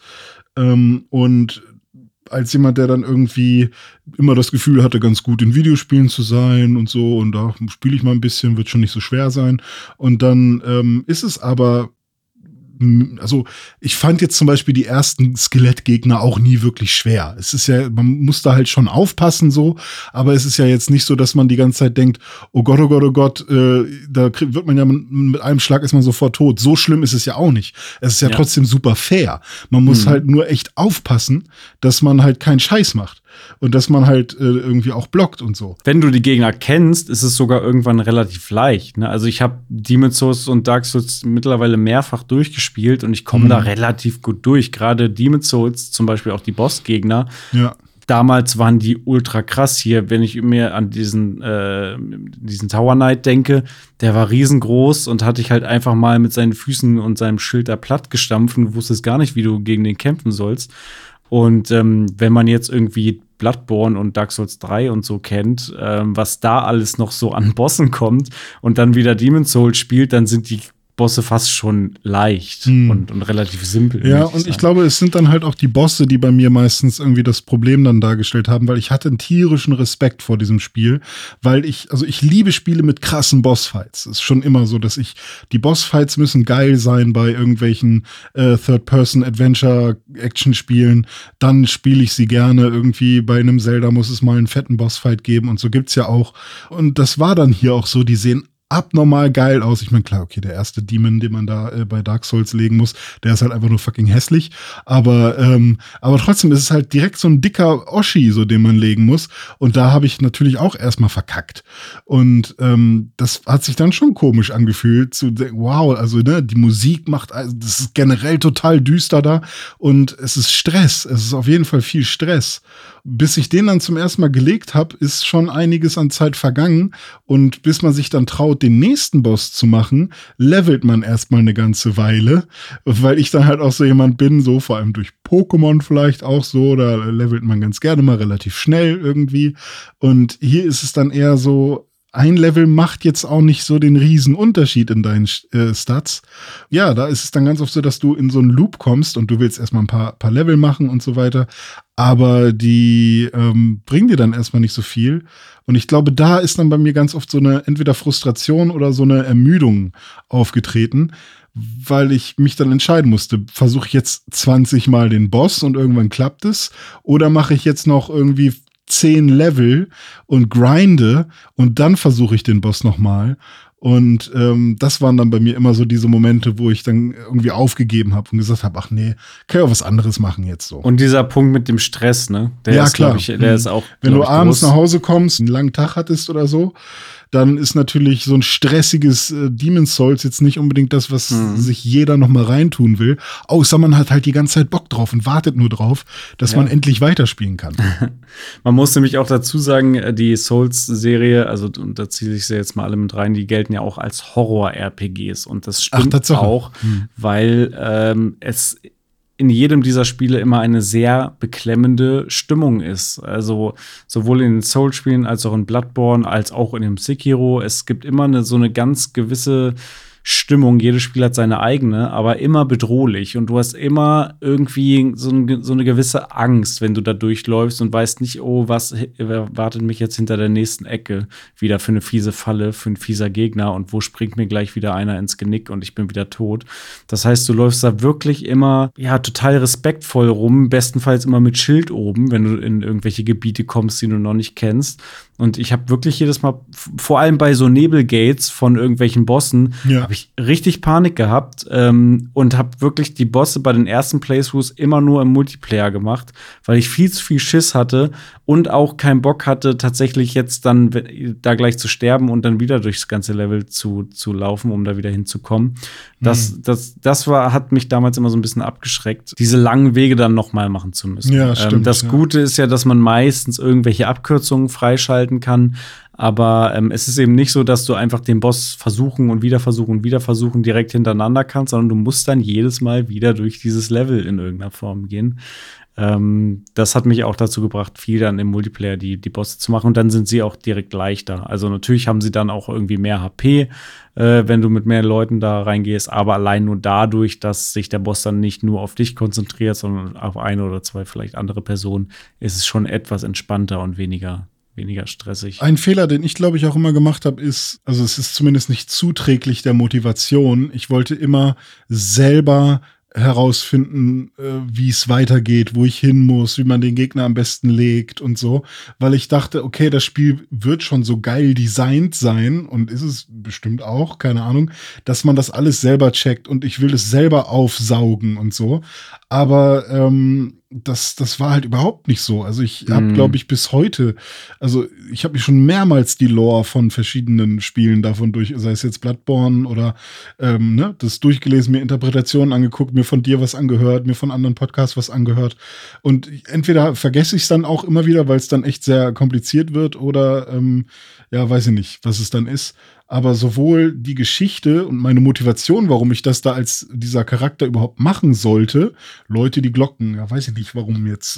Und als jemand, der dann irgendwie immer das Gefühl hatte, ganz gut in Videospielen zu sein und so, und da spiele ich mal ein bisschen, wird schon nicht so schwer sein. Und dann ist es aber, also ich fand jetzt zum Beispiel die ersten Skelettgegner auch nie wirklich schwer. Es ist ja, man muss da halt schon aufpassen so, aber es ist ja jetzt nicht so, dass man die ganze Zeit denkt, oh Gott, da wird man ja mit einem Schlag ist man sofort tot. So schlimm ist es ja auch nicht. Es ist ja trotzdem super fair. Man muss halt nur echt aufpassen, dass man halt keinen Scheiß macht. Und dass man halt irgendwie auch blockt und so. Wenn du die Gegner kennst, ist es sogar irgendwann relativ leicht. Ne? Also ich habe Demon's Souls und Dark Souls mittlerweile mehrfach durchgespielt und ich komme da relativ gut durch. Gerade Demon's Souls, zum Beispiel auch die Bossgegner. Ja. Damals waren die ultra krass hier, wenn ich mir an diesen Tower Knight denke, der war riesengroß und hatte ich halt einfach mal mit seinen Füßen und seinem Schild da platt gestampft und wusstest gar nicht, wie du gegen den kämpfen sollst. Und wenn man jetzt irgendwie Bloodborne und Dark Souls 3 und so kennt, was da alles noch so an Bossen kommt und dann wieder Demon's Souls spielt, dann sind die Bosse fast schon leicht und relativ simpel. Ja, und ich glaube, es sind dann halt auch die Bosse, die bei mir meistens irgendwie das Problem dann dargestellt haben, weil ich hatte einen tierischen Respekt vor diesem Spiel, weil ich liebe Spiele mit krassen Bossfights. Es ist schon immer so, dass die Bossfights müssen geil sein bei irgendwelchen Third-Person-Adventure-Action-Spielen. Dann spiele ich sie gerne irgendwie. Bei einem Zelda muss es mal einen fetten Bossfight geben und so gibt's ja auch. Und das war dann hier auch so, die sehen abnormal geil aus. Ich meine, klar, okay, der erste Demon, den man da bei Dark Souls legen muss, der ist halt einfach nur fucking hässlich. Aber trotzdem ist es halt direkt so ein dicker Oschi, so den man legen muss. Und da habe ich natürlich auch erstmal verkackt. Und das hat sich dann schon komisch angefühlt, zu denken, wow, also ne, die Musik das ist generell total düster da. Und es ist Stress. Es ist auf jeden Fall viel Stress. Bis ich den dann zum ersten Mal gelegt habe, ist schon einiges an Zeit vergangen. Und bis man sich dann traut, den nächsten Boss zu machen, levelt man erstmal eine ganze Weile. Weil ich dann halt auch so jemand bin, so vor allem durch Pokémon vielleicht auch so, da levelt man ganz gerne mal relativ schnell irgendwie. Und hier ist es dann eher so, ein Level macht jetzt auch nicht so den riesen Unterschied in deinen Stats. Ja, da ist es dann ganz oft so, dass du in so einen Loop kommst und du willst erstmal ein paar Level machen und so weiter. Aber die bringen dir dann erstmal nicht so viel. Und ich glaube, da ist dann bei mir ganz oft so eine entweder Frustration oder so eine Ermüdung aufgetreten, weil ich mich dann entscheiden musste, versuche ich jetzt 20 Mal den Boss und irgendwann klappt es, oder mache ich jetzt noch irgendwie 10 Level und grinde und dann versuche ich den Boss nochmal. Und das waren dann bei mir immer so diese Momente, wo ich dann irgendwie aufgegeben habe und gesagt habe, ach nee, kann ich auch was anderes machen jetzt so. Und dieser Punkt mit dem Stress, ne? Der ja, ist, klar. Der ist auch, wenn du abends nach Hause kommst, einen langen Tag hattest oder so, dann ist natürlich so ein stressiges Demon's Souls jetzt nicht unbedingt das, was sich jeder noch mal reintun will. Außer man hat halt die ganze Zeit Bock drauf und wartet nur drauf, dass man endlich weiterspielen kann. Man muss nämlich auch dazu sagen, die Souls-Serie, also und da ziehe ich sie jetzt mal alle mit rein, die gelten ja auch als Horror-RPGs. Und das stimmt auch, weil es in jedem dieser Spiele immer eine sehr beklemmende Stimmung ist. Also sowohl in den Souls-Spielen als auch in Bloodborne, als auch in dem Sekiro. Es gibt immer so eine ganz gewisse Stimmung. Jedes Spiel hat seine eigene, aber immer bedrohlich. Und du hast immer irgendwie so eine gewisse Angst, wenn du da durchläufst und weißt nicht, oh, was wartet mich jetzt hinter der nächsten Ecke wieder für eine fiese Falle, für ein fieser Gegner und wo springt mir gleich wieder einer ins Genick und ich bin wieder tot. Das heißt, du läufst da wirklich immer, ja, total respektvoll rum, bestenfalls immer mit Schild oben, wenn du in irgendwelche Gebiete kommst, die du noch nicht kennst. Und ich habe wirklich jedes Mal, vor allem bei so Nebelgates von irgendwelchen Bossen, habe ich richtig Panik gehabt und habe wirklich die Bosse bei den ersten Playthroughs immer nur im Multiplayer gemacht, weil ich viel zu viel Schiss hatte und auch keinen Bock hatte, tatsächlich jetzt dann da gleich zu sterben und dann wieder durchs ganze Level zu laufen, um da wieder hinzukommen. Das hat mich damals immer so ein bisschen abgeschreckt, diese langen Wege dann noch mal machen zu müssen. Ja, stimmt. Das Gute ist ja, dass man meistens irgendwelche Abkürzungen freischalten kann. Aber es ist eben nicht so, dass du einfach den Boss versuchen und wieder versuchen direkt hintereinander kannst, sondern du musst dann jedes Mal wieder durch dieses Level in irgendeiner Form gehen. Das hat mich auch dazu gebracht, viel dann im Multiplayer die Bosse zu machen. Und dann sind sie auch direkt leichter. Also natürlich haben sie dann auch irgendwie mehr HP, wenn du mit mehr Leuten da reingehst. Aber allein nur dadurch, dass sich der Boss dann nicht nur auf dich konzentriert, sondern auf eine oder zwei vielleicht andere Personen, ist es schon etwas entspannter und weniger stressig. Ein Fehler, den ich, glaube ich, auch immer gemacht habe, ist, also es ist zumindest nicht zuträglich der Motivation. Ich wollte immer selber herausfinden, wie es weitergeht, wo ich hin muss, wie man den Gegner am besten legt und so, weil ich dachte, okay, das Spiel wird schon so geil designt sein und ist es bestimmt auch, keine Ahnung, dass man das alles selber checkt und ich will es selber aufsaugen und so, aber das war halt überhaupt nicht so. Also ich habe, glaube ich, bis heute, also ich habe mich schon mehrmals die Lore von verschiedenen Spielen davon sei es jetzt Bloodborne oder das durchgelesen, mir Interpretationen angeguckt, mir von dir was angehört, mir von anderen Podcasts was angehört. Und entweder vergesse ich es dann auch immer wieder, weil es dann echt sehr kompliziert wird oder weiß ich nicht, was es dann ist. Aber sowohl die Geschichte und meine Motivation, warum ich das da als dieser Charakter überhaupt machen sollte, Leute, die Glocken, ja, weiß ich nicht, warum jetzt,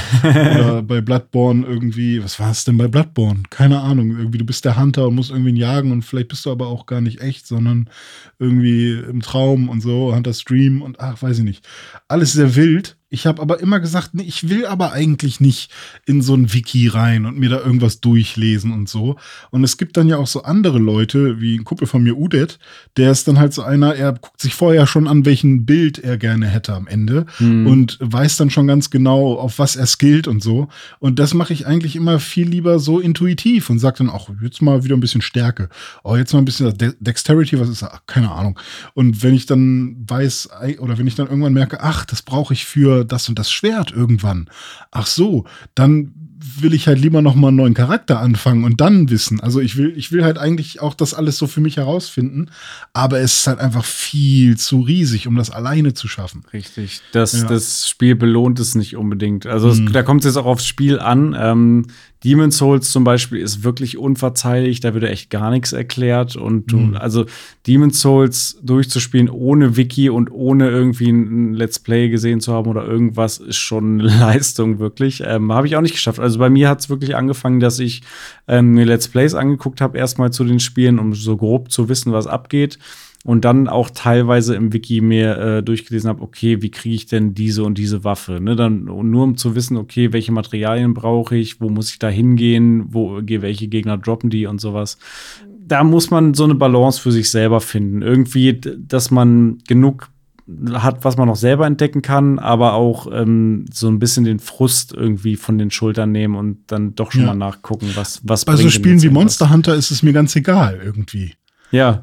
oder bei Bloodborne irgendwie, was war es denn bei Bloodborne? Keine Ahnung, irgendwie, du bist der Hunter und musst irgendwie jagen und vielleicht bist du aber auch gar nicht echt, sondern irgendwie im Traum und so, Hunter Stream und ach, weiß ich nicht. Alles sehr wild. Ich habe aber immer gesagt, nee, ich will aber eigentlich nicht in so ein Wiki rein und mir da irgendwas durchlesen und so. Und es gibt dann ja auch so andere Leute, wie ein Kumpel von mir, Udet, der ist dann halt so einer, er guckt sich vorher schon an, welchen Bild er gerne hätte am Ende und weiß dann schon ganz genau, auf was er skillt und so. Und das mache ich eigentlich immer viel lieber so intuitiv und sage dann auch, jetzt mal wieder ein bisschen Stärke. Oh, jetzt mal ein bisschen Dexterity, was ist das? Ach, keine Ahnung. Und wenn ich dann weiß, oder wenn ich dann irgendwann merke, ach, das brauche ich für das und das Schwert irgendwann. Ach so, dann will ich halt lieber noch mal einen neuen Charakter anfangen und dann wissen. Also ich will halt eigentlich auch das alles so für mich herausfinden, aber es ist halt einfach viel zu riesig, um das alleine zu schaffen. Richtig. Das Spiel belohnt es nicht unbedingt. Also da kommt es jetzt auch aufs Spiel an. Demon's Souls zum Beispiel ist wirklich unverzeihlich, da wird echt gar nichts erklärt. Und also Demon's Souls durchzuspielen ohne Wiki und ohne irgendwie ein Let's Play gesehen zu haben oder irgendwas, ist schon eine Leistung, wirklich. Habe ich auch nicht geschafft. Also bei mir hat es wirklich angefangen, dass ich mir Let's Plays angeguckt habe, erstmal zu den Spielen, um so grob zu wissen, was abgeht. Und dann auch teilweise im Wiki mir durchgelesen habe, okay, wie kriege ich denn diese und diese Waffe? Ne? Dann nur um zu wissen, okay, welche Materialien brauche ich, wo muss ich da hingehen, welche Gegner droppen die und sowas. Da muss man so eine Balance für sich selber finden. Irgendwie, dass man genug hat, was man noch selber entdecken kann, aber auch so ein bisschen den Frust irgendwie von den Schultern nehmen und dann doch schon mal nachgucken, was bei so Spielen wie Monster Hunter ist es mir ganz egal irgendwie. Ja.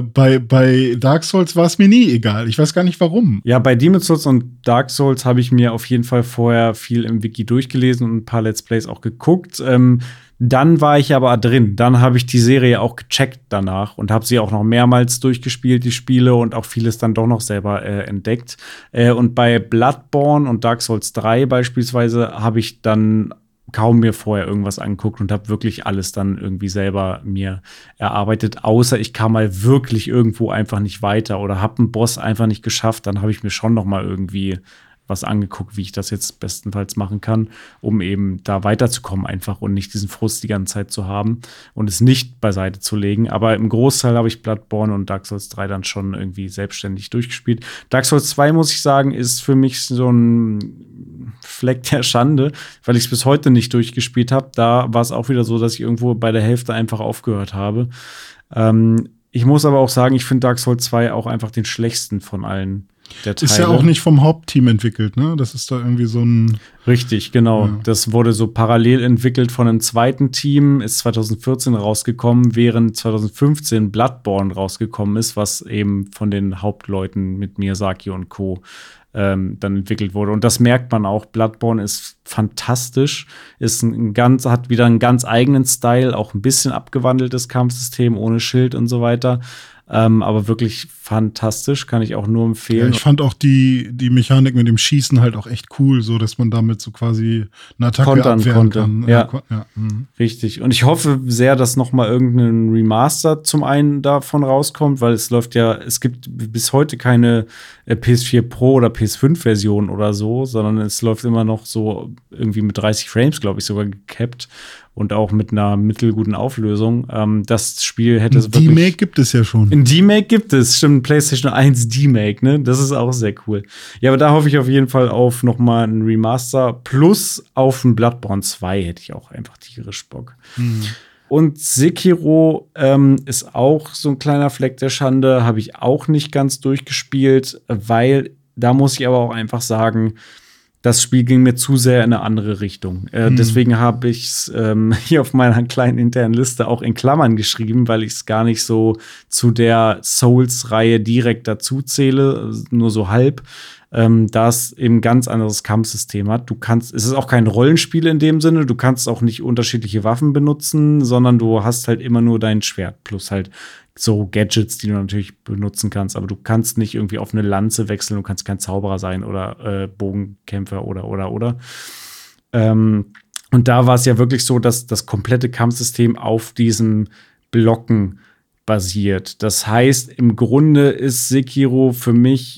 Bei Dark Souls war es mir nie egal. Ich weiß gar nicht warum. Ja, bei Demon's Souls und Dark Souls habe ich mir auf jeden Fall vorher viel im Wiki durchgelesen und ein paar Let's Plays auch geguckt. Dann war ich aber drin. Dann habe ich die Serie auch gecheckt danach und habe sie auch noch mehrmals durchgespielt, die Spiele, und auch vieles dann doch noch selber entdeckt. Und bei Bloodborne und Dark Souls 3 beispielsweise habe ich dann kaum mir vorher irgendwas angeguckt und habe wirklich alles dann irgendwie selber mir erarbeitet, außer ich kam mal wirklich irgendwo einfach nicht weiter oder habe einen Boss einfach nicht geschafft, dann habe ich mir schon noch mal irgendwie was angeguckt, wie ich das jetzt bestenfalls machen kann, um eben da weiterzukommen einfach und nicht diesen Frust die ganze Zeit zu haben und es nicht beiseite zu legen. Aber im Großteil habe ich Bloodborne und Dark Souls 3 dann schon irgendwie selbstständig durchgespielt. Dark Souls 2, muss ich sagen, ist für mich so ein Fleck der Schande, weil ich es bis heute nicht durchgespielt habe. Da war es auch wieder so, dass ich irgendwo bei der Hälfte einfach aufgehört habe. Ich muss aber auch sagen, ich finde Dark Souls 2 auch einfach den schlechtesten von allen der Teile. Ist ja auch nicht vom Hauptteam entwickelt, ne? Das ist da irgendwie so ein Richtig, genau. Ja. Das wurde so parallel entwickelt von einem zweiten Team, ist 2014 rausgekommen, während 2015 Bloodborne rausgekommen ist, was eben von den Hauptleuten mit Miyazaki und Co. Dann entwickelt wurde. Und das merkt man auch. Bloodborne ist fantastisch, hat wieder einen ganz eigenen Style, auch ein bisschen abgewandeltes Kampfsystem ohne Schild und so weiter. Aber wirklich fantastisch, kann ich auch nur empfehlen. Ja, ich fand auch die Mechanik mit dem Schießen halt auch echt cool, so dass man damit so quasi eine Attacke abwehren konnte. kann. Ja. Richtig. Und ich hoffe sehr, dass noch mal irgendein Remaster zum einen davon rauskommt, weil es gibt bis heute keine PS4 Pro oder PS5-Version oder so, sondern es läuft immer noch so irgendwie mit 30 Frames, glaube ich, sogar gecapped. Und auch mit einer mittelguten Auflösung. Das Spiel hätte es wirklich. D-Make gibt es ja schon. Ein D-Make gibt es, stimmt, PlayStation 1 D-Make, ne? Das ist auch sehr cool. Ja, aber da hoffe ich auf jeden Fall auf noch mal ein Remaster plus auf ein Bloodborne 2 hätte ich auch einfach tierisch Bock. Und Sekiro ist auch so ein kleiner Fleck der Schande, habe ich auch nicht ganz durchgespielt, weil da muss ich aber auch einfach sagen, das Spiel ging mir zu sehr in eine andere Richtung. Deswegen habe ich es hier auf meiner kleinen internen Liste auch in Klammern geschrieben, weil ich es gar nicht so zu der Souls-Reihe direkt dazu zähle, nur so halb. Da es eben ein ganz anderes Kampfsystem hat. Es ist auch kein Rollenspiel in dem Sinne, du kannst auch nicht unterschiedliche Waffen benutzen, sondern du hast halt immer nur dein Schwert plus halt so Gadgets, die du natürlich benutzen kannst, aber du kannst nicht irgendwie auf eine Lanze wechseln, du kannst kein Zauberer sein oder Bogenkämpfer oder. Und da war es ja wirklich so, dass das komplette Kampfsystem auf diesem Blocken basiert. Das heißt, im Grunde ist Sekiro für mich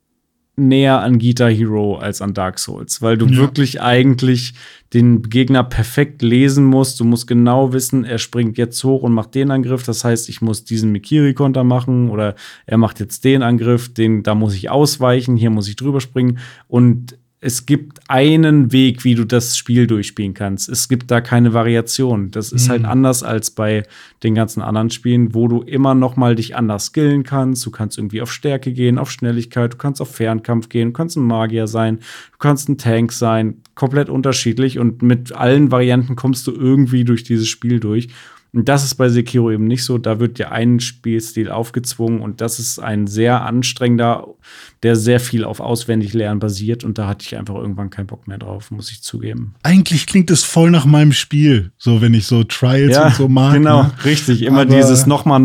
näher an Guitar Hero als an Dark Souls, weil du wirklich eigentlich den Gegner perfekt lesen musst. Du musst genau wissen, er springt jetzt hoch und macht den Angriff. Das heißt, ich muss diesen Mikiri-Konter machen oder er macht jetzt den Angriff, da muss ich ausweichen, hier muss ich drüber springen. Und es gibt einen Weg, wie du das Spiel durchspielen kannst. Es gibt da keine Variation. Das ist halt anders als bei den ganzen anderen Spielen, wo du immer noch mal dich anders skillen kannst. Du kannst irgendwie auf Stärke gehen, auf Schnelligkeit, du kannst auf Fernkampf gehen, du kannst ein Magier sein, du kannst ein Tank sein. Komplett unterschiedlich und mit allen Varianten kommst du irgendwie durch dieses Spiel durch. Und das ist bei Sekiro eben nicht so. Da wird dir ein Spielstil aufgezwungen und das ist ein sehr anstrengender, der sehr viel auf Auswendiglernen basiert. Und da hatte ich einfach irgendwann keinen Bock mehr drauf, muss ich zugeben. Eigentlich klingt es voll nach meinem Spiel, so wenn ich so Trials und so mag. Genau, ne? richtig. Immer dieses nochmal.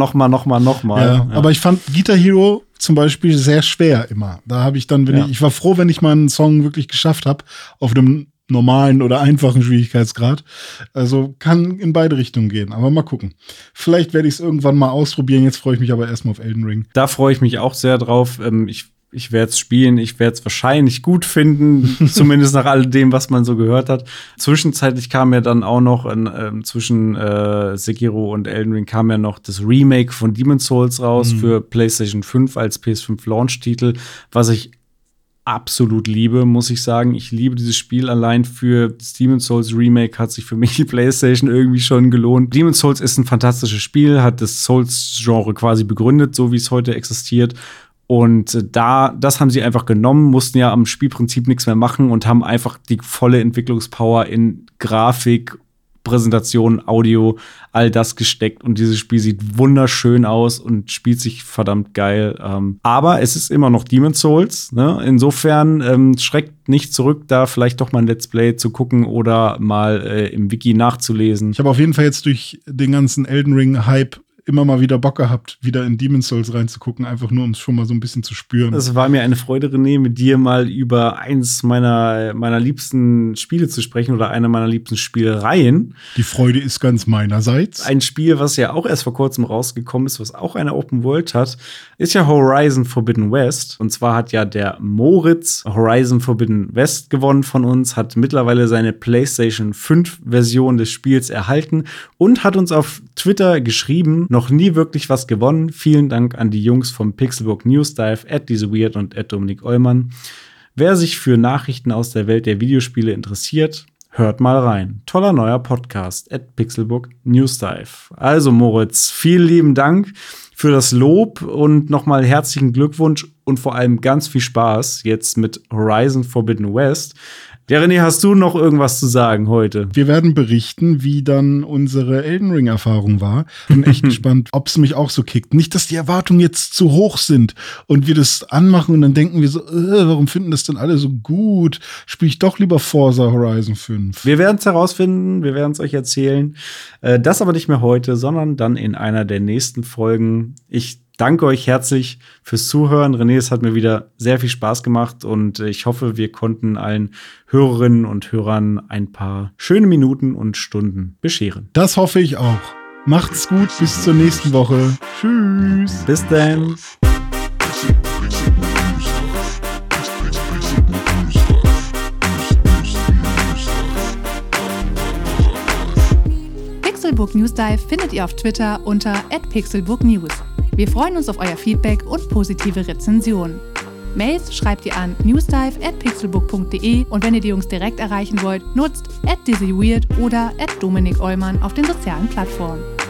Ja. Aber ich fand Guitar Hero zum Beispiel sehr schwer immer. Da habe ich dann, ich war froh, wenn ich mal einen Song wirklich geschafft habe, auf einem normalen oder einfachen Schwierigkeitsgrad. Also kann in beide Richtungen gehen. Aber mal gucken. Vielleicht werde ich es irgendwann mal ausprobieren. Jetzt freue ich mich aber erstmal auf Elden Ring. Da freue ich mich auch sehr drauf. Ich werde es spielen. Ich werde es wahrscheinlich gut finden. Zumindest nach all dem, was man so gehört hat. Zwischenzeitlich kam ja dann auch noch zwischen Sekiro und Elden Ring kam ja noch das Remake von Demon's Souls raus für PlayStation 5 als PS5 Launch-Titel, was ich absolut liebe, muss ich sagen. Ich liebe dieses Spiel. Allein für das Demon's Souls Remake hat sich für mich die PlayStation irgendwie schon gelohnt. Demon's Souls ist ein fantastisches Spiel, hat das Souls-Genre quasi begründet, so wie es heute existiert. Und das haben sie einfach genommen, mussten ja am Spielprinzip nichts mehr machen und haben einfach die volle Entwicklungspower in Grafik, Präsentation, Audio, all das gesteckt und dieses Spiel sieht wunderschön aus und spielt sich verdammt geil. Aber es ist immer noch Demon's Souls, ne? Insofern schreckt nicht zurück, da vielleicht doch mal ein Let's Play zu gucken oder mal im Wiki nachzulesen. Ich habe auf jeden Fall jetzt durch den ganzen Elden Ring-Hype immer mal wieder Bock gehabt, wieder in Demon's Souls reinzugucken, einfach nur, um es schon mal so ein bisschen zu spüren. Es war mir eine Freude, René, mit dir mal über eins meiner liebsten Spiele zu sprechen oder eine meiner liebsten Spielereien. Die Freude ist ganz meinerseits. Ein Spiel, was ja auch erst vor kurzem rausgekommen ist, was auch eine Open World hat, ist ja Horizon Forbidden West. Und zwar hat ja der Moritz Horizon Forbidden West gewonnen von uns, hat mittlerweile seine PlayStation 5 Version des Spiels erhalten und hat uns auf Twitter geschrieben, noch nie wirklich was gewonnen. Vielen Dank an die Jungs vom Pixelbook News Dive, @DiseWeird und @Dominik Eulmann. Wer sich für Nachrichten aus der Welt der Videospiele interessiert, hört mal rein. Toller neuer Podcast, @Pixelbook News Dive. Also Moritz, vielen lieben Dank für das Lob und nochmal herzlichen Glückwunsch und vor allem ganz viel Spaß jetzt mit Horizon Forbidden West. Ja, René, hast du noch irgendwas zu sagen heute? Wir werden berichten, wie dann unsere Elden Ring-Erfahrung war. Bin echt gespannt, ob es mich auch so kickt. Nicht, dass die Erwartungen jetzt zu hoch sind und wir das anmachen und dann denken wir so, warum finden das denn alle so gut? Spiele ich doch lieber Forza Horizon 5. Wir werden es herausfinden, wir werden es euch erzählen. Das aber nicht mehr heute, sondern dann in einer der nächsten Folgen. Ich danke euch herzlich fürs Zuhören. René, es hat mir wieder sehr viel Spaß gemacht und ich hoffe, wir konnten allen Hörerinnen und Hörern ein paar schöne Minuten und Stunden bescheren. Das hoffe ich auch. Macht's gut, bis zur nächsten Woche. Tschüss. Bis dann. Pixelbook News Dive findet ihr auf Twitter unter @pixelbooknews. Wir freuen uns auf euer Feedback und positive Rezensionen. Mails schreibt ihr an newsdive@pixelbook.de und wenn ihr die Jungs direkt erreichen wollt, nutzt @DiseWeird oder @Dominik Eulmann auf den sozialen Plattformen.